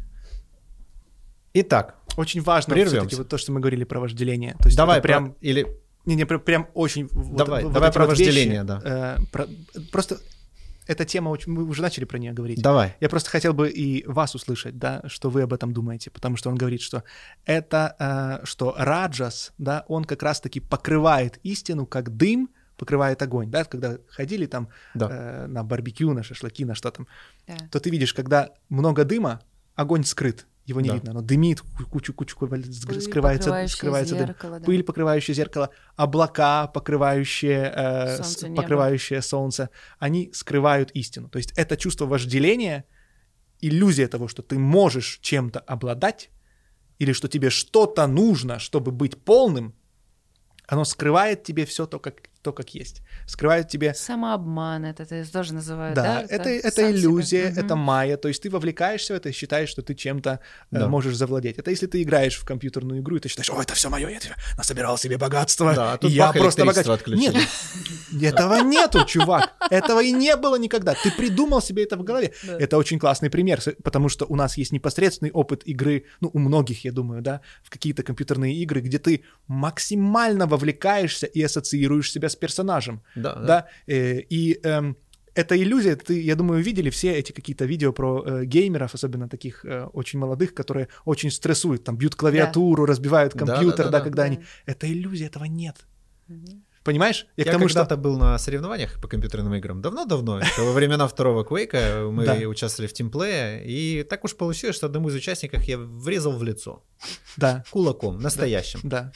Итак, очень важно все-таки вот то, что мы говорили про вожделение. То есть давай прям или не не прям очень. Давай, вот, давай вот про вожделение, вещи, да. Э, про, просто эта тема очень, мы уже начали про нее говорить. Давай. Я просто хотел бы и вас услышать, да, что вы об этом думаете, потому что он говорит, что это, э, что раджас, да, он как раз-таки покрывает истину, как дым покрывает огонь, да, когда ходили там да. э, на барбекю, на шашлыки, на что там, да. то ты видишь, когда много дыма, огонь скрыт, его не да. видно, оно дымит, кучу-кучу скрывается, скрывается зеркало, дым, да. пыль, покрывающая зеркало, облака, покрывающие, э, солнце, с, покрывающие солнце, они скрывают истину. То есть это чувство вожделения, иллюзия того, что ты можешь чем-то обладать, или что тебе что-то нужно, чтобы быть полным, оно скрывает тебе все то, как, то, как есть. Скрывает тебе... Самообман, это ты тоже называют, да? Да, это, это, это иллюзия, себя. Это майя. То есть ты вовлекаешься в это и считаешь, что ты чем-то да. э, можешь завладеть. Это если ты играешь в компьютерную игру, и ты считаешь, о, это все мое, я насобирал себе богатство, да, а и я просто богат. Нет, этого нету, чувак. Этого и не было никогда. Ты придумал себе это в голове. Да. Это очень классный пример, потому что у нас есть непосредственный опыт игры, ну, у многих, я думаю, да, в какие-то компьютерные игры, где ты максимально вовлекаешься и ассоциируешь себя с персонажем. Да, да. да? И э, эта иллюзия, ты, я думаю, видели все эти какие-то видео про э, геймеров, особенно таких э, очень молодых, которые очень стрессуют, там бьют клавиатуру, да. разбивают компьютер, да, да, да, да, да когда да. они... Это иллюзия, этого нет. Угу. Понимаешь? Я, я когда-то что... был на соревнованиях по компьютерным играм, давно-давно, во времена второго Quake'а мы да. участвовали в тимплее, и так уж получилось, что одному из участников я врезал в лицо. Да. Кулаком, настоящим. Да.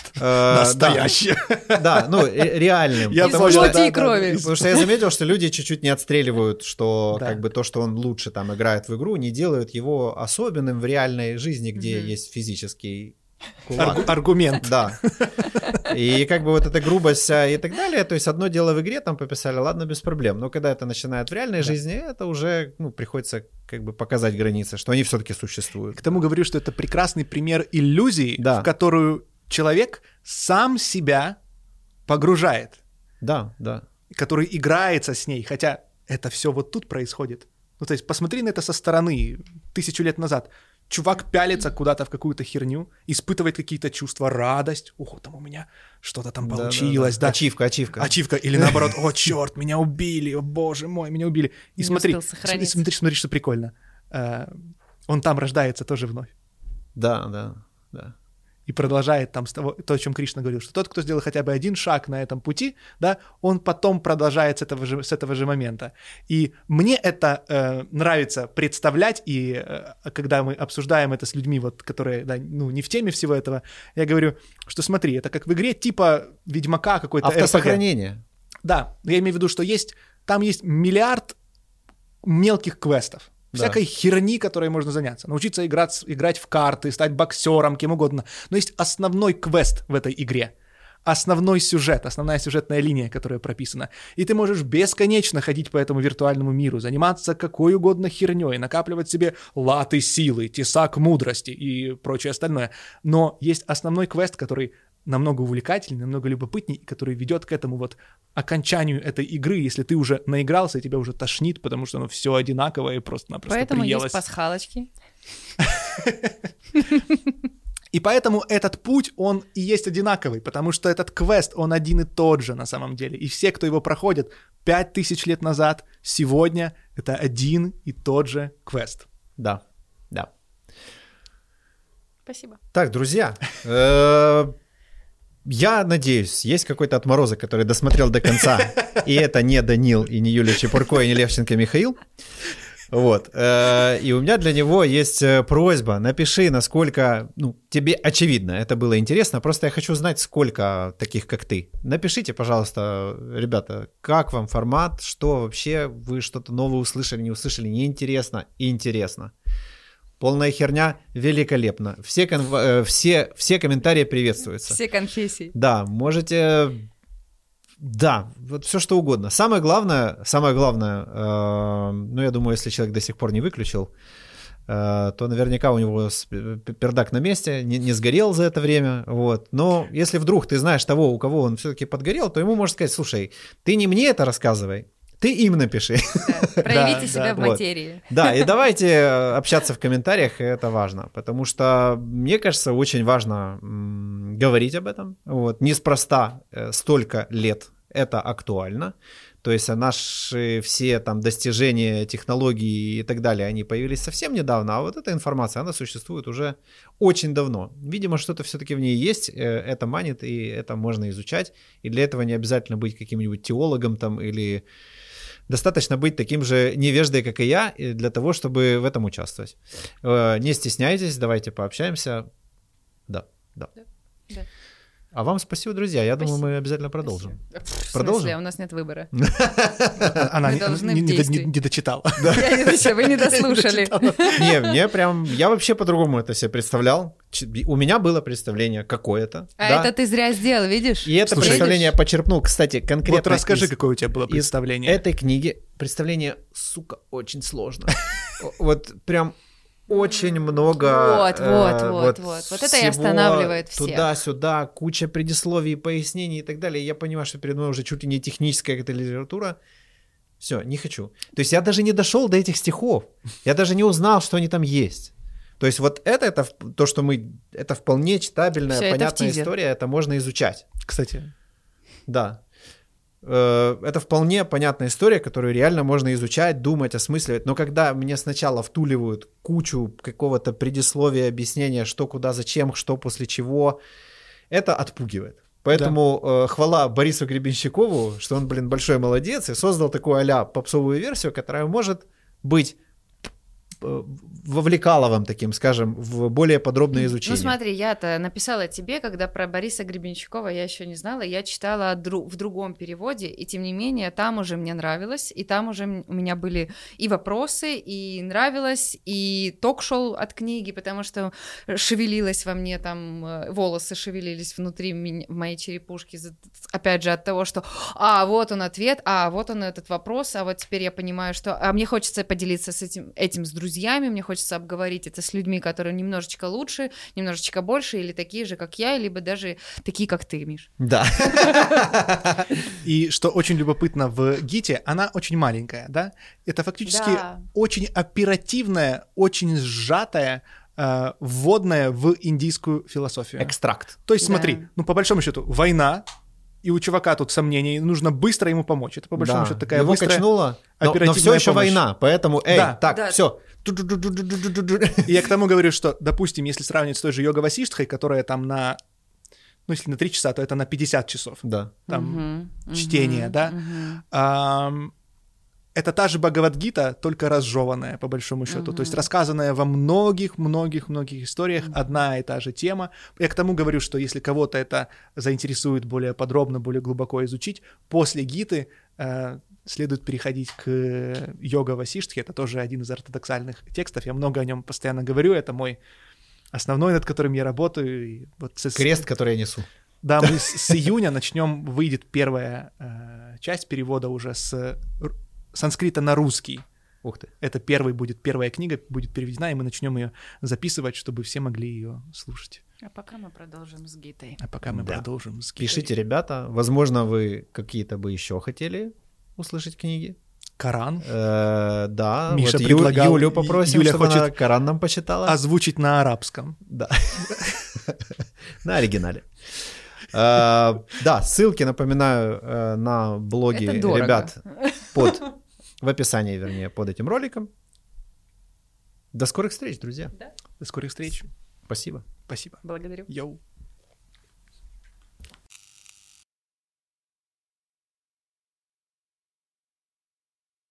Настоящим. Да, ну, реальным. Из плоти и крови. Потому что я заметил, что люди чуть-чуть не отстреливают, что как бы то, что он лучше там играет в игру, не делают его особенным в реальной жизни, где есть физический кулак. Аргумент. Да. И как бы вот эта грубость и так далее, то есть одно дело в игре, там пописали, ладно, без проблем, но когда это начинает в реальной да. жизни, это уже, ну, приходится как бы показать границы, что они все-таки существуют. К тому говорю, что это прекрасный пример иллюзии, да. в которую человек сам себя погружает. Да, да. Который играется с ней, хотя это все вот тут происходит. Ну, то есть посмотри на это со стороны, тысячу лет назад. Чувак пялится куда-то в какую-то херню, испытывает какие-то чувства, радость. Ого, там у меня что-то там получилось. Да, да, да. да. Ачивка, ачивка. Ачивка. Или наоборот, о, черт, меня убили, о, боже мой, меня убили. И не смотри, смотри, смотри, смотри, что прикольно. Он там рождается тоже вновь. Да, да, да. И продолжает там с того, то, о чем Кришна говорил, что тот, кто сделал хотя бы один шаг на этом пути, да, он потом продолжает с этого же, с этого же момента. И мне это э, нравится представлять, и э, когда мы обсуждаем это с людьми, вот, которые да, ну, не в теме всего этого, я говорю, что смотри, это как в игре типа Ведьмака какой-то эр пи джи. Автосохранение. Да, я имею в виду, что есть, там есть миллиард мелких квестов. Всякой да. херни, которой можно заняться. Научиться играть, играть в карты, стать боксером, кем угодно. Но есть основной квест в этой игре. Основной сюжет, основная сюжетная линия, которая прописана. И ты можешь бесконечно ходить по этому виртуальному миру, заниматься какой угодно херней, накапливать себе латы силы, тесак мудрости и прочее остальное. Но есть основной квест, который намного увлекательнее, намного любопытнее, и который ведет к этому вот окончанию этой игры, если ты уже наигрался, и тебя уже тошнит, потому что оно все одинаковое и просто-напросто поэтому приелось. Есть пасхалочки. И поэтому этот путь, он и есть одинаковый, потому что этот квест, он один и тот же на самом деле. И все, кто его проходит пять тысяч лет назад, сегодня, это один и тот же квест. Да, да. Спасибо. Так, друзья, я надеюсь, есть какой-то отморозок, который досмотрел до конца, и это не Данил, и не Юлия Чепурко, и не Левченко Михаил. Вот. И у меня для него есть просьба. Напиши, насколько... Ну, тебе очевидно, это было интересно. Просто я хочу знать, сколько таких, как ты. Напишите, пожалуйста, ребята, как вам формат, что вообще вы что-то новое услышали, не услышали, неинтересно, интересно. Полная херня, великолепно. Все, конв... все, все комментарии приветствуются. Все конфессии. Да, можете... Да, вот все что угодно. Самое главное, самое главное, э, ну, я думаю, если человек до сих пор не выключил, э, то наверняка у него пердак на месте, не, не сгорел за это время, вот. Но если вдруг ты знаешь того, у кого он все-таки подгорел, то ему можно сказать: слушай, ты не мне это рассказывай, ты им напиши. Да, проявите себя в материи. Да, и давайте общаться в комментариях, это важно, потому что, мне кажется, очень важно м, говорить об этом. Вот. Неспроста э, столько лет это актуально. То есть наши все там достижения, технологии и так далее, они появились совсем недавно, а вот эта информация, она существует уже очень давно. Видимо, что-то все-таки в ней есть, это манит, и это можно изучать. И для этого не обязательно быть каким-нибудь теологом там или... Достаточно быть таким же невеждой, как и я, для того, чтобы в этом участвовать. Не стесняйтесь, давайте пообщаемся. Да, да. да, да. А вам спасибо, друзья. Я спасибо. думаю, мы обязательно продолжим. В Продолжим? смысле? У нас нет выбора. Она не дочитала. Вы не дослушали. Не, мне прям... Я вообще по-другому это себе представлял. У меня было представление какое-то. А это ты зря сделал, видишь? И это представление я почерпнул, кстати, конкретно. Вот расскажи, какое у тебя было представление. Этой книги представление, сука, очень сложно. Вот прям... Очень много... Вот, вот, э, вот, вот. Вот это и останавливает всех. Туда-сюда, куча предисловий, пояснений и так далее. Я понимаю, что передо мной уже чуть ли не техническая какая-то литература. Все, не хочу. То есть я даже не дошел до этих стихов. Я даже не узнал, что они там есть. То есть вот это, это то, что мы... Это вполне читабельная, Всё, понятная это история. Это можно изучать. Кстати. Да. Это вполне понятная история, которую реально можно изучать, думать, осмысливать. Но когда мне сначала втуливают кучу какого-то предисловия, объяснения, что, куда, зачем, что, после чего, это отпугивает. Поэтому да. э, хвала Борису Гребенщикову, что он, блин, большой молодец и создал такую а-ля попсовую версию, которая может быть вовлекала таким, скажем, в более подробное изучение. Ну смотри, я-то написала тебе, когда про Бориса Гребенщикова я еще не знала, я читала в другом переводе, и тем не менее там уже мне нравилось, и там уже у меня были и вопросы, и нравилось, и ток шел от книги, потому что шевелилось во мне там, волосы шевелились внутри меня, в моей черепушке, опять же от того, что а, вот он ответ, а, вот он этот вопрос, а вот теперь я понимаю, что... А мне хочется поделиться с этим, этим с друзьями, мне хочется обговорить это с людьми, которые немножечко лучше, немножечко больше, или такие же, как я, либо даже такие, как ты, Миш. Да. И что очень любопытно в ГИТе, она очень маленькая, да? Это фактически да. очень оперативная, очень сжатая, э, вводная в индийскую философию. Экстракт. То есть смотри, да. ну по большому счету, война, и у чувака тут сомнений, нужно быстро ему помочь. Это по большому да. счету такая Его быстрая качнуло, оперативная но, но все еще помощь. Война, поэтому, эй, да. так, да. все. И я к тому говорю, что, допустим, если сравнивать с той же йога-васиштхой, которая там на, ну, если на три часа, то это на пятьдесят часов. Да. Там угу, чтение, угу, да. Угу. А, это та же Бхагавад-гита, только разжеванная, по большому счету. Uh-huh. То есть рассказанная во многих-многих-многих историях, uh-huh. одна и та же тема. Я к тому говорю, что если кого-то это заинтересует более подробно, более глубоко изучить, после гиты э, следует переходить к йога-васиштхе. Это тоже один из ортодоксальных текстов. Я много о нем постоянно говорю. Это мой основной, над которым я работаю. И вот с... Крест, который я несу. Да, мы с, с июня начнем, выйдет первая э, часть перевода уже с... санскрита на русский. Ух ты. Это первый будет, первая книга будет переведена, и мы начнем ее записывать, чтобы все могли ее слушать. А пока мы продолжим с гитой. А пока мы да. продолжим с гитой. Пишите, ребята. Возможно, вы какие-то бы еще хотели услышать книги. Коран. Э-э, да. Миша вот предлагал. Юлю попросим, Юля чтобы хочет она Коран нам почитала. Озвучить на арабском. Да. На оригинале. Uh, да, ссылки, напоминаю, uh, на блоги ребят под, в описании, вернее, под этим роликом. До скорых встреч, друзья. Да. До скорых встреч. Спасибо. Спасибо. Благодарю. Йоу.